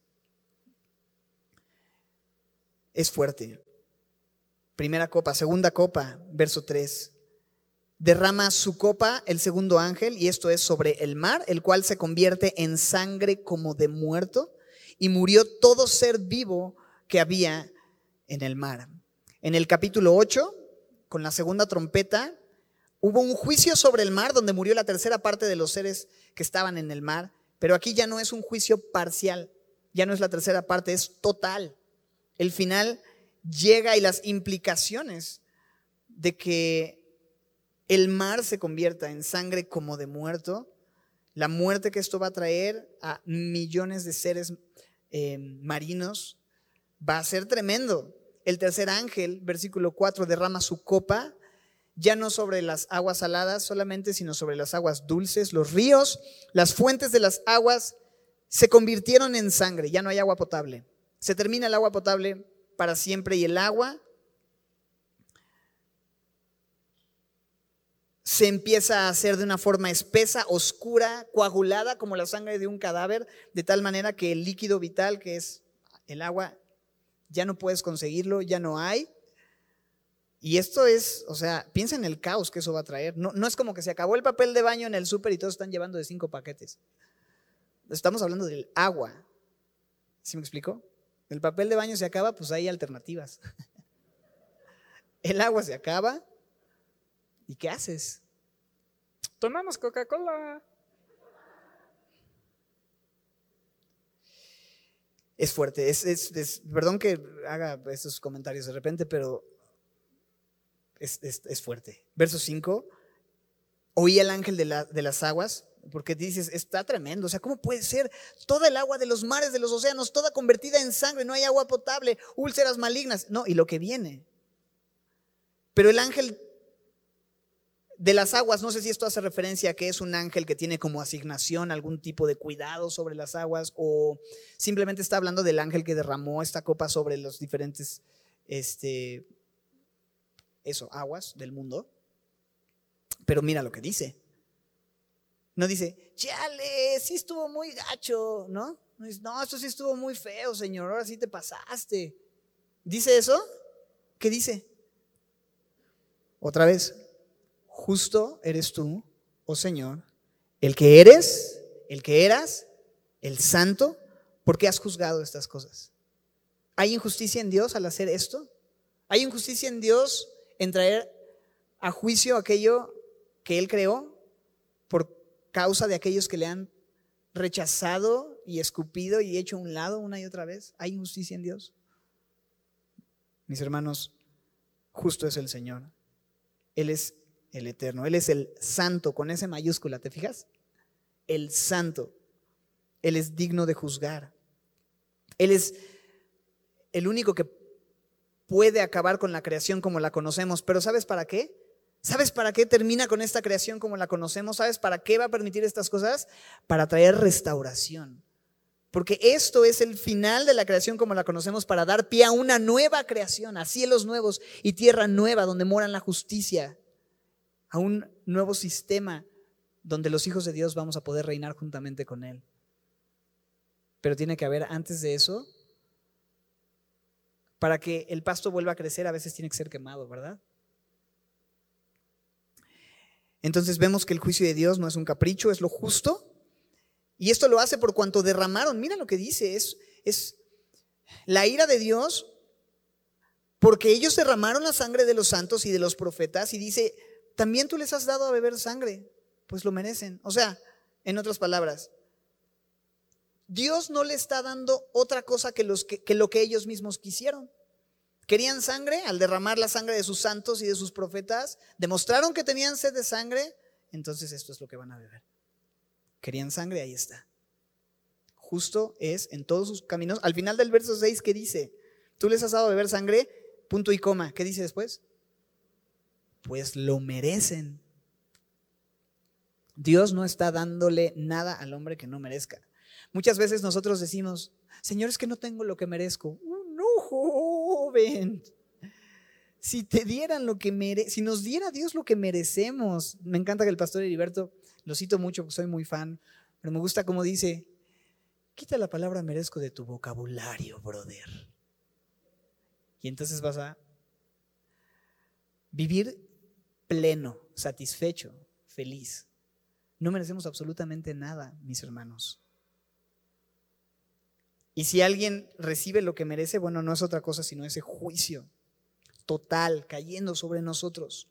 Es fuerte. Primera copa, segunda copa, verso 3. Derrama su copa el segundo ángel, y esto es sobre el mar, el cual se convierte en sangre como de muerto, y murió todo ser vivo que había en el mar. En el capítulo 8, con la segunda trompeta, hubo un juicio sobre el mar donde murió la tercera parte de los seres que estaban en el mar, pero aquí ya no es un juicio parcial, ya no es la tercera parte, es total. El final llega y las implicaciones de que el mar se convierta en sangre como de muerto, la muerte que esto va a traer a millones de seres marinos, va a ser tremendo. El tercer ángel, versículo 4, derrama su copa, ya no sobre las aguas saladas solamente, sino sobre las aguas dulces. Los ríos, las fuentes de las aguas se convirtieron en sangre, ya no hay agua potable. Se termina el agua potable para siempre y el agua se empieza a hacer de una forma espesa, oscura, coagulada como la sangre de un cadáver, de tal manera que el líquido vital, que es el agua, ya no puedes conseguirlo, ya no hay. Y esto es, o sea, piensa en el caos que eso va a traer. No es como que se acabó el papel de baño en el súper y todos están llevando de 5 paquetes. Estamos hablando del agua. ¿Sí me explico? El papel de baño se acaba, pues hay alternativas. El agua se acaba. ¿Y qué haces? Tomamos Coca-Cola. Es fuerte. Perdón que haga estos comentarios de repente, pero es fuerte. Verso 5. Oí al ángel de las aguas, porque dices, está tremendo. O sea, ¿cómo puede ser toda el agua de los mares, de los océanos, toda convertida en sangre? No hay agua potable, úlceras malignas. No, y lo que viene. Pero el ángel de las aguas, no sé si esto hace referencia a que es un ángel que tiene como asignación algún tipo de cuidado sobre las aguas, o simplemente está hablando del ángel que derramó esta copa sobre los diferentes aguas del mundo. Pero mira lo que dice. No dice, chale, sí estuvo muy gacho, ¿no? No dice, no, esto sí estuvo muy feo, Señor, ahora sí te pasaste. ¿Dice eso? ¿Qué dice? Otra vez, justo eres tú, oh Señor, el que eres, el que eras, el santo, porque has juzgado estas cosas. ¿Hay injusticia en Dios al hacer esto? ¿Hay injusticia en Dios en traer a juicio aquello que Él creó por causa de aquellos que le han rechazado y escupido y hecho a un lado una y otra vez? ¿Hay injusticia en Dios? Mis hermanos, justo es el Señor. Él es el eterno, Él es el santo con S mayúscula, ¿te fijas? El santo. Él es digno de juzgar. Él es el único que puede acabar con la creación como la conocemos. Pero ¿sabes para qué? ¿Sabes para qué termina con esta creación como la conocemos? ¿Sabes para qué va a permitir estas cosas? Para traer restauración. Porque esto es el final de la creación como la conocemos, para dar pie a una nueva creación, a cielos nuevos y tierra nueva donde moran la justicia, a un nuevo sistema donde los hijos de Dios vamos a poder reinar juntamente con Él. Pero tiene que haber, antes de eso, para que el pasto vuelva a crecer, a veces tiene que ser quemado, ¿verdad? Entonces vemos que el juicio de Dios no es un capricho, es lo justo. Y esto lo hace por cuanto derramaron. Mira lo que dice, es la ira de Dios porque ellos derramaron la sangre de los santos y de los profetas. Y dice, también tú les has dado a beber sangre, pues lo merecen. O sea, en otras palabras, Dios no le está dando otra cosa que lo que ellos mismos quisieron. Querían sangre, al derramar la sangre de sus santos y de sus profetas, demostraron que tenían sed de sangre, entonces esto es lo que van a beber. Querían sangre, ahí está. Justo es en todos sus caminos. Al final del verso 6, ¿qué dice? Tú les has dado a beber sangre, punto y coma. ¿Qué dice después? Pues lo merecen. Dios no está dándole nada al hombre que no merezca. Muchas veces nosotros decimos, Señor, es que no tengo lo que merezco. No, joven. Si te dieran lo que si nos diera Dios lo que merecemos. Me encanta que el pastor Heriberto, lo cito mucho porque soy muy fan, pero me gusta cómo dice, quita la palabra merezco de tu vocabulario, brother. Y entonces vas a vivir pleno, satisfecho, feliz. No merecemos absolutamente nada, mis hermanos. Y si alguien recibe lo que merece, bueno, no es otra cosa sino ese juicio total cayendo sobre nosotros.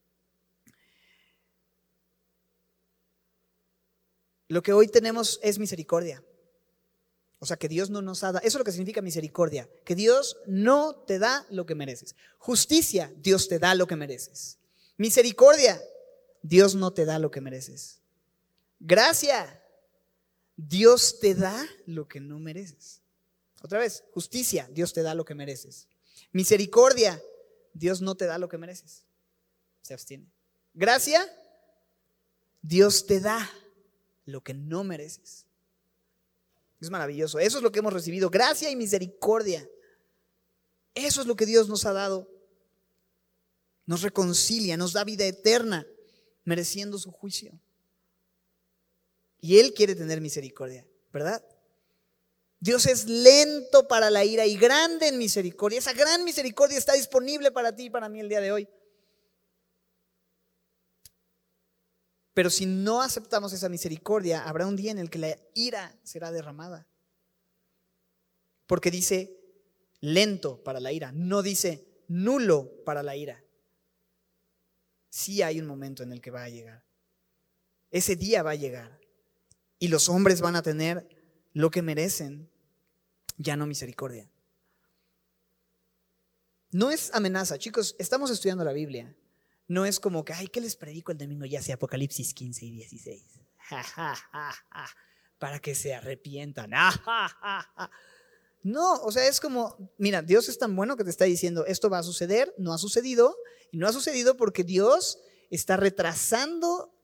Lo que hoy tenemos es misericordia. O sea, que Dios no nos ha dado. Eso es lo que significa misericordia. Que Dios no te da lo que mereces. Justicia, Dios te da lo que mereces. Misericordia, Dios no te da lo que mereces. Gracia, Dios te da lo que no mereces. Otra vez, justicia, Dios te da lo que mereces. Misericordia, Dios no te da lo que mereces. Se abstiene. Gracia, Dios te da lo que no mereces. Es maravilloso. Eso es lo que hemos recibido. Gracia y misericordia. Eso es lo que Dios nos ha dado. Nos reconcilia, nos da vida eterna, mereciendo su juicio. Y Él quiere tener misericordia, ¿verdad? Dios es lento para la ira y grande en misericordia. Esa gran misericordia está disponible para ti y para mí el día de hoy. Pero si no aceptamos esa misericordia, habrá un día en el que la ira será derramada. Porque dice lento para la ira, no dice nulo para la ira. Sí hay un momento en el que va a llegar. Ese día va a llegar. Y los hombres van a tener lo que merecen, ya no misericordia. No es amenaza, chicos, estamos estudiando la Biblia. No es como que, ay, ¿qué les predico el domingo? Ya sea Apocalipsis 15 y 16. Para que se arrepientan. No, o sea, es como, mira, Dios es tan bueno que te está diciendo, esto va a suceder, no ha sucedido, y no ha sucedido porque Dios está retrasando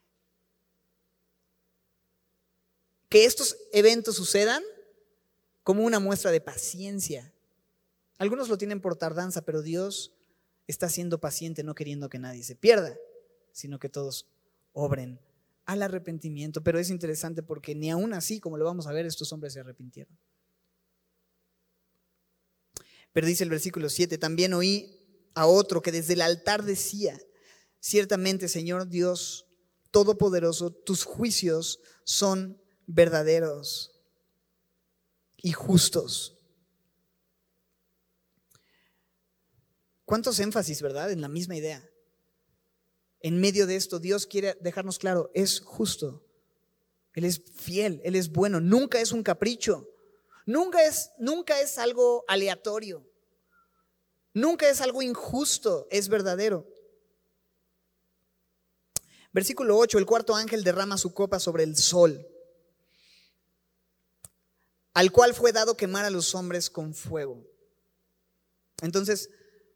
que estos eventos sucedan como una muestra de paciencia. Algunos lo tienen por tardanza, pero Dios está siendo paciente, no queriendo que nadie se pierda, sino que todos obren al arrepentimiento. Pero es interesante porque ni aún así, como lo vamos a ver, estos hombres se arrepintieron. Pero dice el versículo 7, también oí a otro que desde el altar decía, ciertamente, Señor Dios Todopoderoso, tus juicios son verdaderos y justos. ¿Cuántos énfasis, verdad? En la misma idea. En medio de esto, Dios quiere dejarnos claro, es justo. Él es fiel, Él es bueno, nunca es un capricho, nunca es algo aleatorio, nunca es algo injusto, es verdadero. Versículo 8, el cuarto ángel derrama su copa sobre el sol, al cual fue dado quemar a los hombres con fuego. Entonces,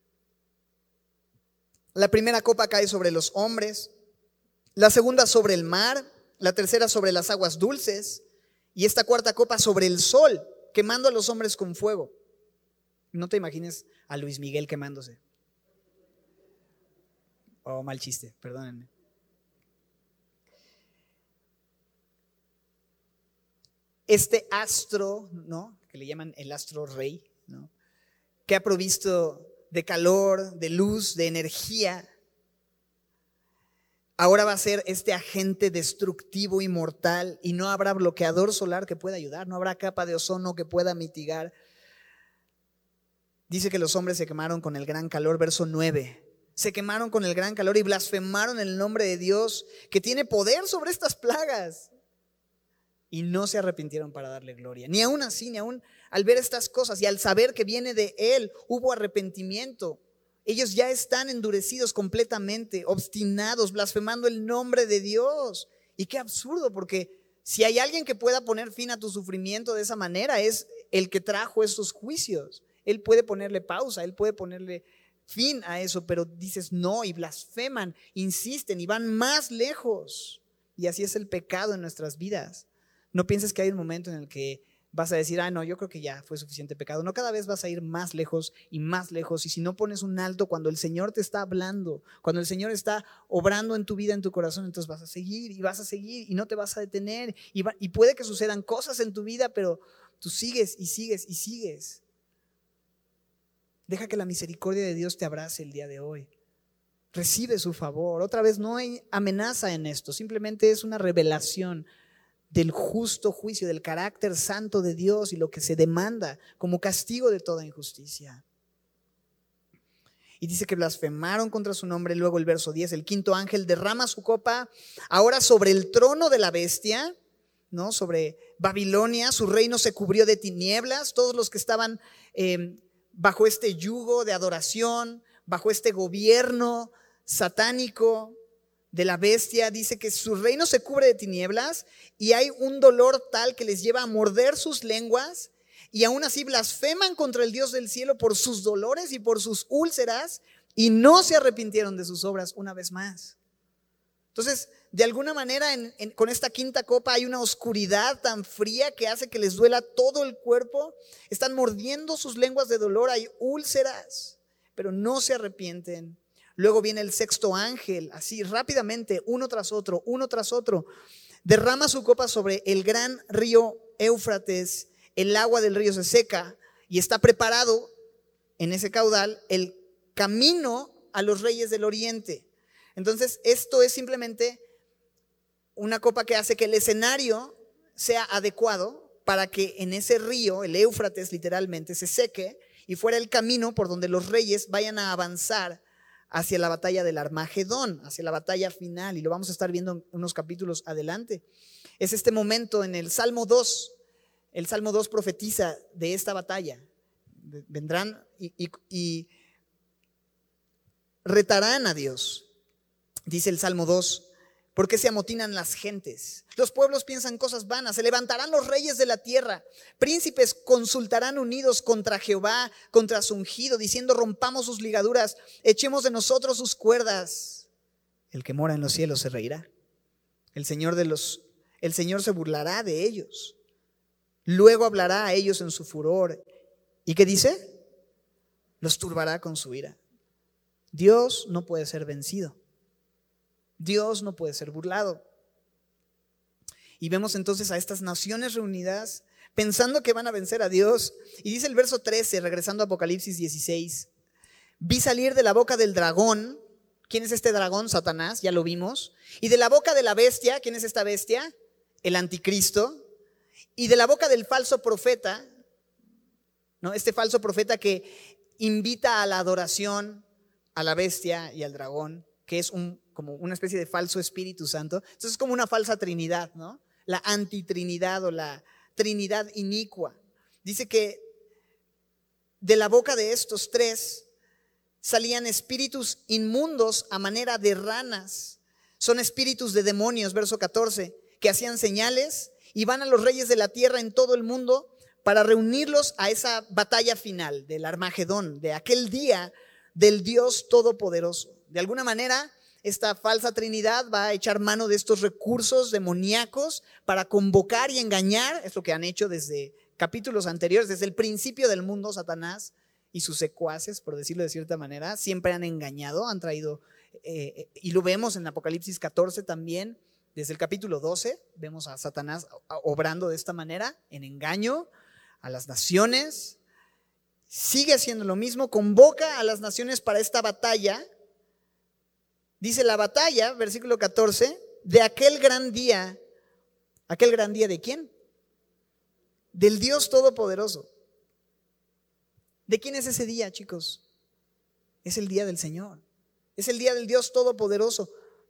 la primera copa cae sobre los hombres, la segunda sobre el mar, la tercera sobre las aguas dulces y esta cuarta copa sobre el sol, quemando a los hombres con fuego. No te imagines a Luis Miguel quemándose. Oh, mal chiste, perdónenme. Este astro, ¿no?, que le llaman el astro rey, ¿no?, que ha provisto de calor, de luz, de energía, ahora va a ser este agente destructivo y mortal, y no habrá bloqueador solar que pueda ayudar, no habrá capa de ozono que pueda mitigar. Dice que los hombres se quemaron con el gran calor, verso 9. Se quemaron con el gran calor y blasfemaron el nombre de Dios, que tiene poder sobre estas plagas. Y no se arrepintieron para darle gloria. Ni aún así, ni aún al ver estas cosas y al saber que viene de Él, hubo arrepentimiento. Ellos ya están endurecidos completamente, obstinados, blasfemando el nombre de Dios. Y qué absurdo, porque si hay alguien que pueda poner fin a tu sufrimiento de esa manera, es el que trajo esos juicios. Él puede ponerle pausa, Él puede ponerle fin a eso, pero dices no y blasfeman, insisten y van más lejos. Y así es el pecado en nuestras vidas. No pienses que hay un momento en el que vas a decir, no, yo creo que ya fue suficiente pecado. No, cada vez vas a ir más lejos y más lejos. Y si no pones un alto cuando el Señor te está hablando, cuando el Señor está obrando en tu vida, en tu corazón, entonces vas a seguir y no te vas a detener. Y puede que sucedan cosas en tu vida, pero tú sigues y sigues y sigues. Deja que la misericordia de Dios te abrace el día de hoy. Recibe su favor. Otra vez, no hay amenaza en esto, simplemente es una revelación del justo juicio, del carácter santo de Dios y lo que se demanda como castigo de toda injusticia. Y dice que blasfemaron contra su nombre. Luego el verso 10, el quinto ángel derrama su copa ahora sobre el trono de la bestia, ¿no?, sobre Babilonia. Su reino se cubrió de tinieblas. Todos los que estaban bajo este yugo de adoración, bajo este gobierno satánico de la bestia, dice que su reino se cubre de tinieblas y hay un dolor tal que les lleva a morder sus lenguas, y aún así blasfeman contra el Dios del cielo por sus dolores y por sus úlceras, y no se arrepintieron de sus obras una vez más. Entonces, de alguna manera con esta quinta copa hay una oscuridad tan fría que hace que les duela todo el cuerpo. Están mordiendo sus lenguas de dolor, hay úlceras, pero no se arrepienten. Luego viene el sexto ángel, así rápidamente, uno tras otro, derrama su copa sobre el gran río Éufrates, el agua del río se seca y está preparado en ese caudal el camino a los reyes del oriente. Entonces, esto es simplemente una copa que hace que el escenario sea adecuado para que en ese río, el Éufrates literalmente, se seque y fuera el camino por donde los reyes vayan a avanzar hacia la batalla del Armagedón, hacia la batalla final, y lo vamos a estar viendo en unos capítulos adelante. Es este momento en el Salmo 2. El Salmo 2 profetiza de esta batalla. Vendrán y retarán a Dios. Dice el Salmo 2, ¿por qué se amotinan las gentes? Los pueblos piensan cosas vanas, se levantarán los reyes de la tierra, príncipes consultarán unidos contra Jehová, contra su ungido, diciendo rompamos sus ligaduras, echemos de nosotros sus cuerdas. El que mora en los cielos se reirá. El Señor se burlará de ellos. Luego hablará a ellos en su furor. ¿Y qué dice? Los turbará con su ira. Dios no puede ser vencido. Dios no puede ser burlado. Y vemos entonces a estas naciones reunidas pensando que van a vencer a Dios. Y dice el verso 13, regresando a Apocalipsis 16, vi salir de la boca del dragón. ¿Quién es este dragón? Satanás, ya lo vimos. Y de la boca de la bestia, ¿quién es esta bestia? El anticristo. Y de la boca del falso profeta, ¿no? Este falso profeta que invita a la adoración a la bestia y al dragón, que es como una especie de falso Espíritu Santo. Entonces es como una falsa trinidad, ¿no? La antitrinidad o la trinidad inicua. Dice que de la boca de estos tres salían espíritus inmundos a manera de ranas. Son espíritus de demonios, verso 14, que hacían señales y van a los reyes de la tierra en todo el mundo para reunirlos a esa batalla final del Armagedón, de aquel día del Dios Todopoderoso. De alguna manera, esta falsa trinidad va a echar mano de estos recursos demoníacos para convocar y engañar. Es lo que han hecho desde capítulos anteriores, desde el principio del mundo. Satanás y sus secuaces, por decirlo de cierta manera, siempre han engañado, han traído, y lo vemos en Apocalipsis 14 también. Desde el capítulo 12 vemos a Satanás obrando de esta manera, en engaño a las naciones. Sigue haciendo lo mismo, convoca a las naciones para esta batalla. Dice la batalla, versículo 14, de aquel gran día. ¿Aquel gran día de quién? Del Dios Todopoderoso. ¿De quién es ese día, chicos? Es el día del Señor. Es el día del Dios Todopoderoso.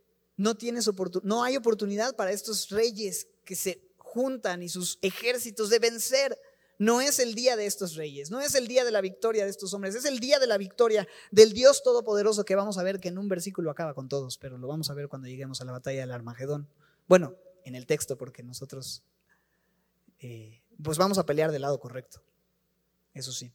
No hay oportunidad para estos reyes que se juntan y sus ejércitos de vencer. No es el día de estos reyes, no es el día de la victoria de estos hombres, es el día de la victoria del Dios Todopoderoso, que vamos a ver que en un versículo acaba con todos, pero lo vamos a ver cuando lleguemos a la batalla del Armagedón. Bueno, en el texto, porque nosotros pues vamos a pelear del lado correcto, eso sí.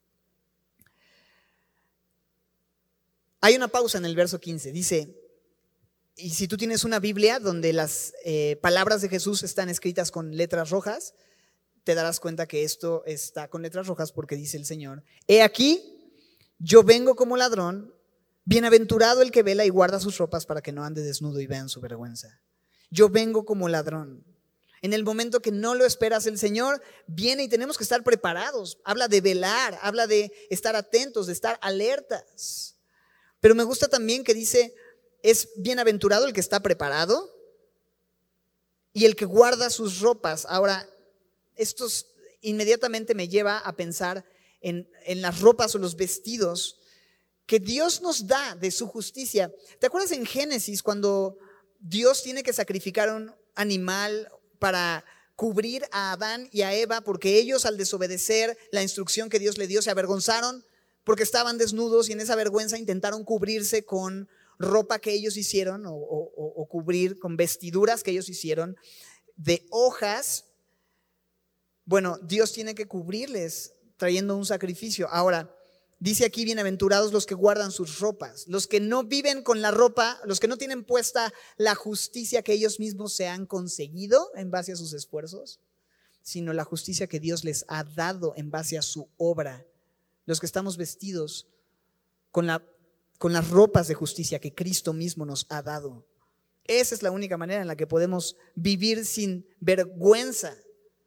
Hay una pausa en el verso 15, dice, y si tú tienes una Biblia donde las palabras de Jesús están escritas con letras rojas, te darás cuenta que esto está con letras rojas porque dice el Señor: he aquí, yo vengo como ladrón, bienaventurado el que vela y guarda sus ropas para que no ande desnudo y vean su vergüenza. Yo vengo como ladrón. En el momento que no lo esperas, el Señor viene y tenemos que estar preparados. Habla de velar, habla de estar atentos, de estar alertas. Pero me gusta también que dice, es bienaventurado el que está preparado y el que guarda sus ropas. Ahora, esto inmediatamente me lleva a pensar en las ropas o los vestidos que Dios nos da de su justicia. ¿Te acuerdas en Génesis cuando Dios tiene que sacrificar un animal para cubrir a Adán y a Eva porque ellos, al desobedecer la instrucción que Dios le dio, se avergonzaron porque estaban desnudos y en esa vergüenza intentaron cubrirse con ropa que ellos hicieron o cubrir con vestiduras que ellos hicieron de hojas? Bueno, Dios tiene que cubrirles trayendo un sacrificio. Ahora, dice aquí, bienaventurados los que guardan sus ropas, los que no viven con la ropa, los que no tienen puesta la justicia que ellos mismos se han conseguido en base a sus esfuerzos, sino la justicia que Dios les ha dado en base a su obra. Los que estamos vestidos con las ropas de justicia que Cristo mismo nos ha dado. Esa es la única manera en la que podemos vivir sin vergüenza.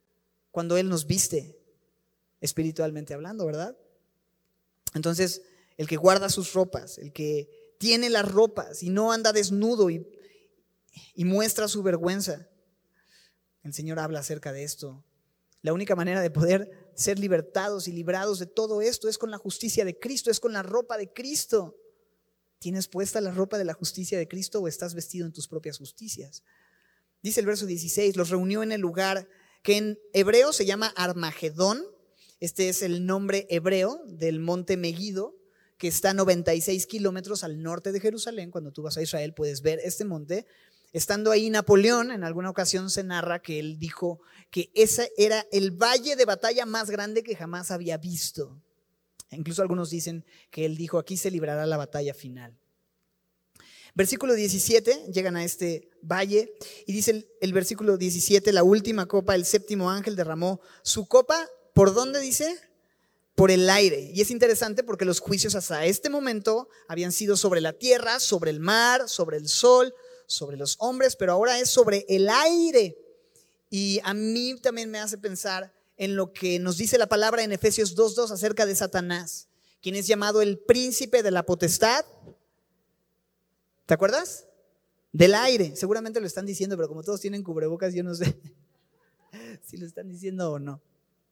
cuando Él nos viste espiritualmente hablando, ¿verdad? Entonces, el que guarda sus ropas, el que tiene las ropas y no anda desnudo y muestra su vergüenza. El Señor habla acerca de esto. La única manera de poder ser libertados y librados de todo esto es con la justicia de Cristo, es con la ropa de Cristo. ¿Tienes puesta la ropa de la justicia de Cristo o estás vestido en tus propias justicias? Dice el verso 16, los reunió en el lugar que en hebreo se llama Armagedón. Este es el nombre hebreo del monte Meguido, que está a 96 kilómetros al norte de Jerusalén. Cuando tú vas a Israel puedes ver este monte. Estando ahí Napoleón, en alguna ocasión se narra que él dijo que ese era el valle de batalla más grande que jamás había visto. Incluso algunos dicen que él dijo, aquí se librará la batalla final. Versículo 17, llegan a este valle y dice el versículo 17, la última copa, el séptimo ángel derramó su copa, ¿por dónde dice? Por el aire. Y es interesante porque los juicios hasta este momento habían sido sobre la tierra, sobre el mar, sobre el sol, sobre los hombres, pero ahora es sobre el aire. Y a mí también me hace pensar en lo que nos dice la palabra en Efesios 2:2 acerca de Satanás, quien es llamado el príncipe de la potestad. ¿Te acuerdas? Del aire. Seguramente lo están diciendo, pero como todos tienen cubrebocas, yo no sé si lo están diciendo o no.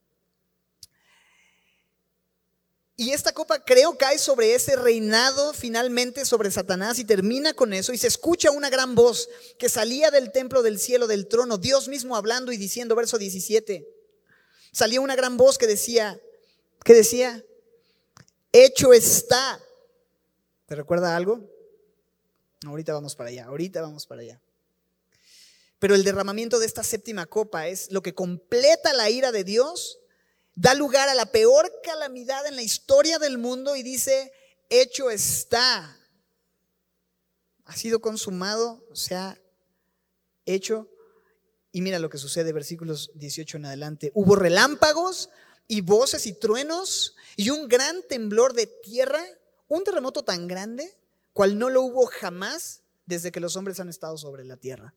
Y esta copa creo cae sobre ese reinado finalmente sobre Satanás y termina con eso. Y se escucha una gran voz que salía del templo del cielo del trono, Dios mismo hablando y diciendo, verso 17. Salía una gran voz que decía, hecho está. ¿Te recuerda algo? Ahorita vamos para allá. Pero el derramamiento de esta séptima copa es lo que completa la ira de Dios. Da lugar a la peor calamidad en la historia del mundo y dice, hecho está. Ha sido consumado, se ha hecho. Y mira lo que sucede, versículos 18 en adelante. Hubo relámpagos y voces y truenos y un gran temblor de tierra, un terremoto tan grande, cual no lo hubo jamás desde que los hombres han estado sobre la tierra.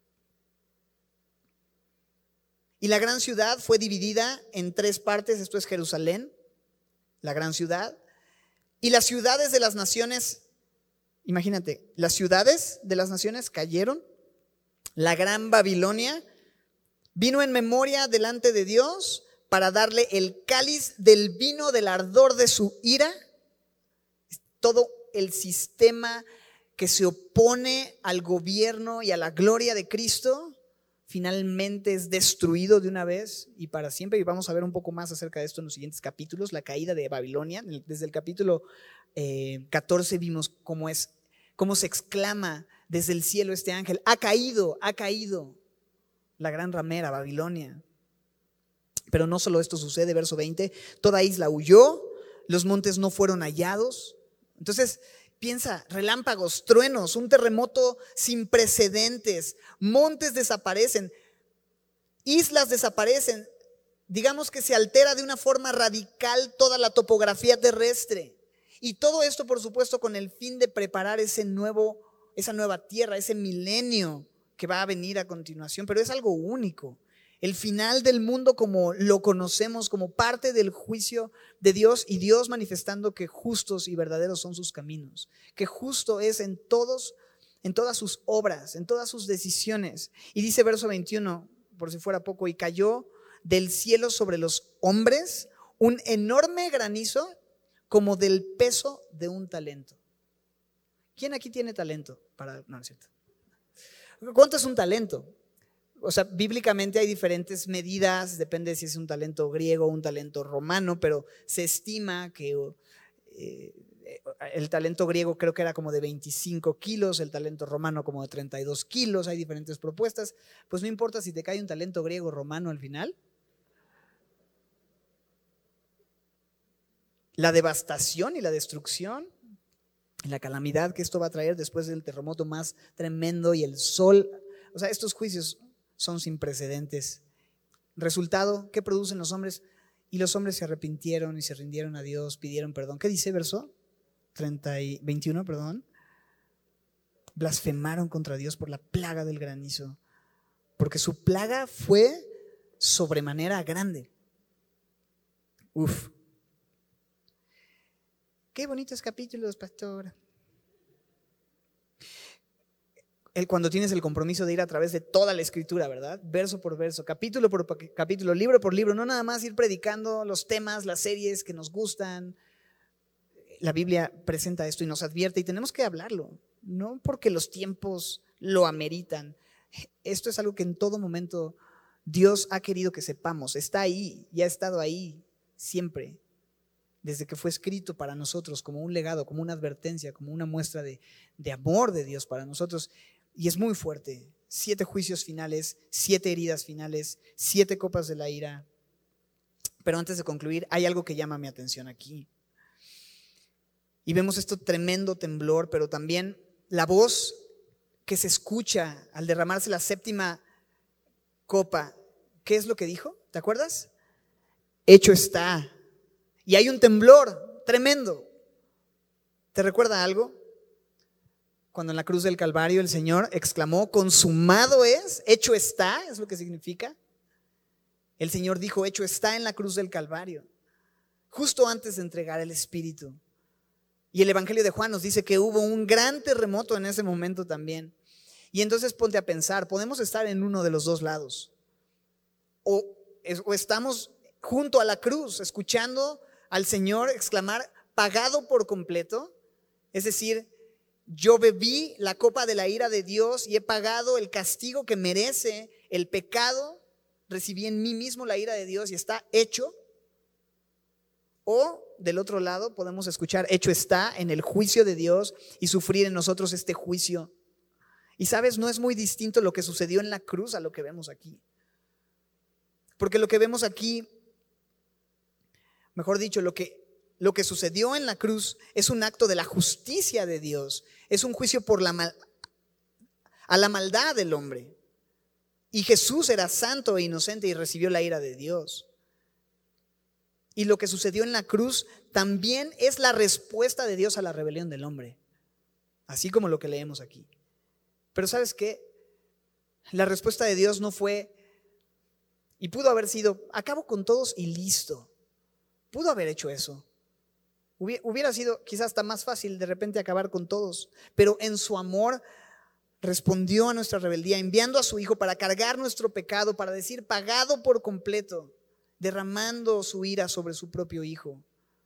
Y la gran ciudad fue dividida en 3 partes, esto es Jerusalén, la gran ciudad, y las ciudades de las naciones, imagínate, las ciudades de las naciones cayeron, la gran Babilonia vino en memoria delante de Dios para darle el cáliz del vino del ardor de su ira. Todo el sistema que se opone al gobierno y a la gloria de Cristo finalmente es destruido de una vez y para siempre. Y vamos a ver un poco más acerca de esto en los siguientes capítulos, la caída de Babilonia. Desde el capítulo 14 vimos cómo se exclama desde el cielo este ángel, ha caído la gran ramera Babilonia. Pero no solo esto sucede, verso 20, toda isla huyó, los montes no fueron hallados. Entonces piensa, relámpagos, truenos, un terremoto sin precedentes, montes desaparecen, islas desaparecen, digamos que se altera de una forma radical toda la topografía terrestre. Y todo esto, por supuesto, con el fin de preparar esa nueva tierra, ese milenio que va a venir a continuación, pero es algo único. El final del mundo como lo conocemos, como parte del juicio de Dios y Dios manifestando que justos y verdaderos son sus caminos, que justo es en todas sus obras, en todas sus decisiones. Y dice verso 21, por si fuera poco, y cayó del cielo sobre los hombres un enorme granizo como del peso de un talento. ¿Quién aquí tiene talento? No es cierto. ¿Cuánto es un talento? O sea, bíblicamente hay diferentes medidas, depende si es un talento griego o un talento romano, pero se estima que el talento griego creo que era como de 25 kilos, el talento romano como de 32 kilos, hay diferentes propuestas. Pues no importa si te cae un talento griego o romano al final. La devastación y la destrucción, la calamidad que esto va a traer después del terremoto más tremendo y el sol, o sea, estos juicios son sin precedentes. Resultado, ¿qué producen los hombres? Y los hombres se arrepintieron y se rindieron a Dios, pidieron perdón. ¿Qué dice verso 21? Blasfemaron contra Dios por la plaga del granizo, porque su plaga fue sobremanera grande. Uf. Qué bonitos capítulos, pastor. Cuando tienes el compromiso de ir a través de toda la escritura, ¿verdad? Verso por verso, capítulo por capítulo, libro por libro, no nada más ir predicando los temas, las series que nos gustan. La Biblia presenta esto y nos advierte y tenemos que hablarlo, no porque los tiempos lo ameritan. Esto es algo que en todo momento Dios ha querido que sepamos, está ahí y ha estado ahí siempre, desde que fue escrito para nosotros como un legado, como una advertencia, como una muestra de amor de Dios para nosotros. Y es muy fuerte. 7 juicios finales, 7 heridas finales, 7 copas de la ira. Pero antes de concluir, hay algo que llama mi atención aquí. Y vemos esto tremendo temblor, pero también la voz que se escucha al derramarse la 7ª copa. ¿Qué es lo que dijo? ¿Te acuerdas? Hecho está. Y hay un temblor tremendo. ¿Te recuerda algo? Cuando en la cruz del Calvario el Señor exclamó, consumado es, hecho está, es lo que significa. El Señor dijo, hecho está en la cruz del Calvario, justo antes de entregar el Espíritu. Y el Evangelio de Juan nos dice que hubo un gran terremoto en ese momento también. Y entonces ponte a pensar, podemos estar en uno de los dos lados. O estamos junto a la cruz, escuchando al Señor exclamar, pagado por completo, es decir, yo bebí la copa de la ira de Dios y he pagado el castigo que merece el pecado, recibí en mí mismo la ira de Dios y está hecho. O del otro lado podemos escuchar, hecho está en el juicio de Dios y sufrir en nosotros este juicio. Y sabes, no es muy distinto lo que sucedió en la cruz a lo que vemos aquí. Porque lo que vemos aquí, mejor dicho, lo que sucedió en la cruz es un acto de la justicia de Dios. Es un juicio por a la maldad del hombre. Y Jesús era santo e inocente y recibió la ira de Dios. Y lo que sucedió en la cruz también es la respuesta de Dios a la rebelión del hombre. Así como lo que leemos aquí. Pero ¿sabes qué? La respuesta de Dios no fue, y pudo haber sido, acabo con todos y listo. Pudo haber hecho eso. Hubiera sido quizás hasta más fácil de repente acabar con todos, pero en su amor respondió a nuestra rebeldía, enviando a su Hijo para cargar nuestro pecado, para decir pagado por completo, derramando su ira sobre su propio Hijo.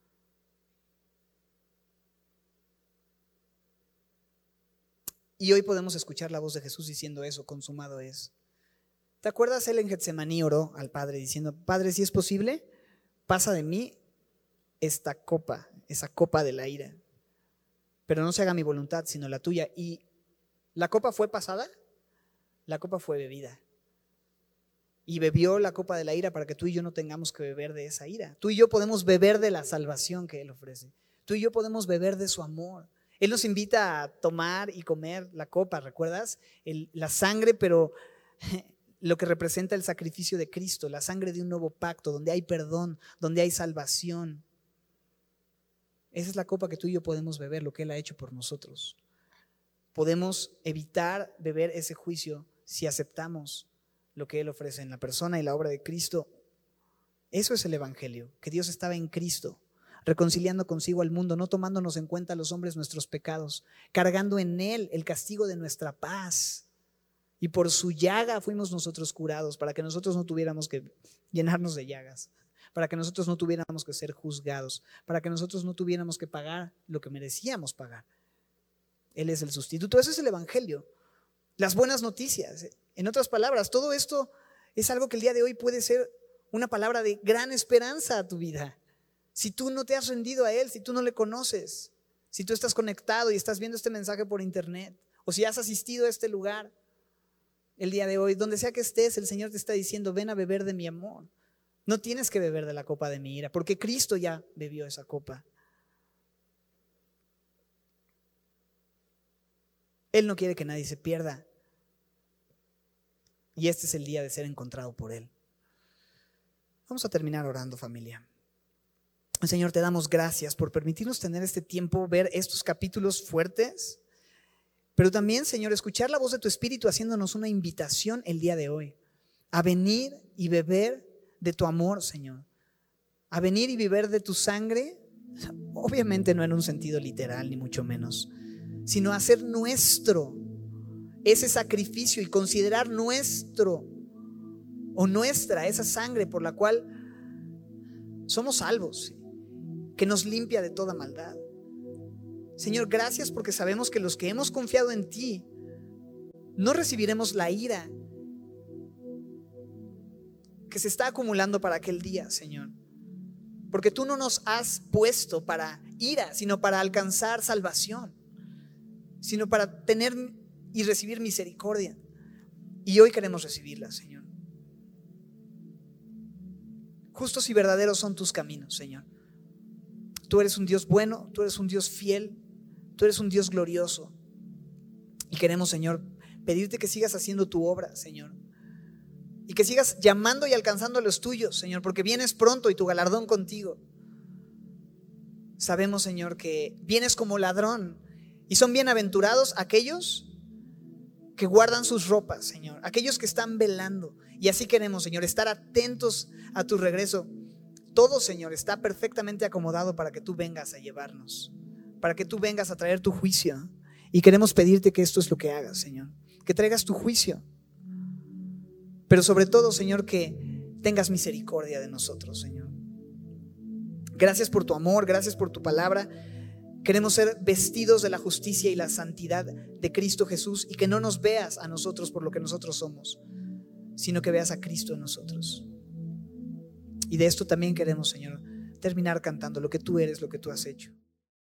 Y hoy podemos escuchar la voz de Jesús diciendo eso, consumado es. ¿Te acuerdas? Él en Getsemaní oró al Padre diciendo, Padre, si es posible, pasa de mí esta copa, esa copa de la ira, pero no se haga mi voluntad sino la tuya. ¿Y la copa fue pasada? La copa fue bebida. Y bebió la copa de la ira para que tú y yo no tengamos que beber de esa ira. Tú y yo podemos beber de la salvación que Él ofrece. Tú y yo podemos beber de su amor. Él nos invita a tomar y comer la copa, ¿recuerdas? La sangre, pero lo que representa el sacrificio de Cristo, la sangre de un nuevo pacto, donde hay perdón, donde hay salvación. Esa es la copa que tú y yo podemos beber, lo que Él ha hecho por nosotros. Podemos evitar beber ese juicio si aceptamos lo que Él ofrece en la persona y la obra de Cristo. Eso es el Evangelio, que Dios estaba en Cristo, reconciliando consigo al mundo, no tomándonos en cuenta a los hombres nuestros pecados, cargando en Él el castigo de nuestra paz. Y por su llaga fuimos nosotros curados, para que nosotros no tuviéramos que llenarnos de llagas, para que nosotros no tuviéramos que ser juzgados, para que nosotros no tuviéramos que pagar lo que merecíamos pagar. Él es el sustituto. Eso es el Evangelio. Las buenas noticias. En otras palabras, todo esto es algo que el día de hoy puede ser una palabra de gran esperanza a tu vida. Si tú no te has rendido a Él, si tú no le conoces, si tú estás conectado y estás viendo este mensaje por internet, o si has asistido a este lugar el día de hoy, donde sea que estés, el Señor te está diciendo, ven a beber de mi amor. No tienes que beber de la copa de mi ira, porque Cristo ya bebió esa copa. Él no quiere que nadie se pierda. Y este es el día de ser encontrado por Él. Vamos a terminar orando, familia. Señor, te damos gracias por permitirnos tener este tiempo, ver estos capítulos fuertes, pero también, Señor, escuchar la voz de tu Espíritu haciéndonos una invitación el día de hoy. a venir y beber de tu amor, Señor, a venir y beber de tu sangre, obviamente no en un sentido literal ni mucho menos, sino a hacer nuestro ese sacrificio y considerar nuestro o nuestra esa sangre por la cual somos salvos, que nos limpia de toda maldad. Señor, gracias porque sabemos que los que hemos confiado en ti no recibiremos la ira que se está acumulando para aquel día, Señor. Porque tú no nos has puesto para ira, sino para alcanzar salvación, sino para tener y recibir misericordia. Y hoy queremos recibirla, Señor. Justos y verdaderos son tus caminos, Señor. Tú eres un Dios bueno, tú eres un Dios fiel, tú eres un Dios glorioso. Y queremos, Señor, pedirte que sigas haciendo tu obra, Señor. Y que sigas llamando y alcanzando a los tuyos, Señor, porque vienes pronto y tu galardón contigo. Sabemos, Señor, que vienes como ladrón y son bienaventurados aquellos que guardan sus ropas, Señor, aquellos que están velando. Y así queremos, Señor, estar atentos a tu regreso. Todo, Señor, está perfectamente acomodado para que tú vengas a llevarnos, para que tú vengas a traer tu juicio. Y queremos pedirte que esto es lo que hagas, Señor, que traigas tu juicio. Pero sobre todo, Señor, que tengas misericordia de nosotros, Señor. Gracias por tu amor, gracias por tu palabra. Queremos ser vestidos de la justicia y la santidad de Cristo Jesús, y que no nos veas a nosotros por lo que nosotros somos, sino que veas a Cristo en nosotros. Y de esto también queremos, Señor, terminar cantando lo que tú eres, lo que tú has hecho.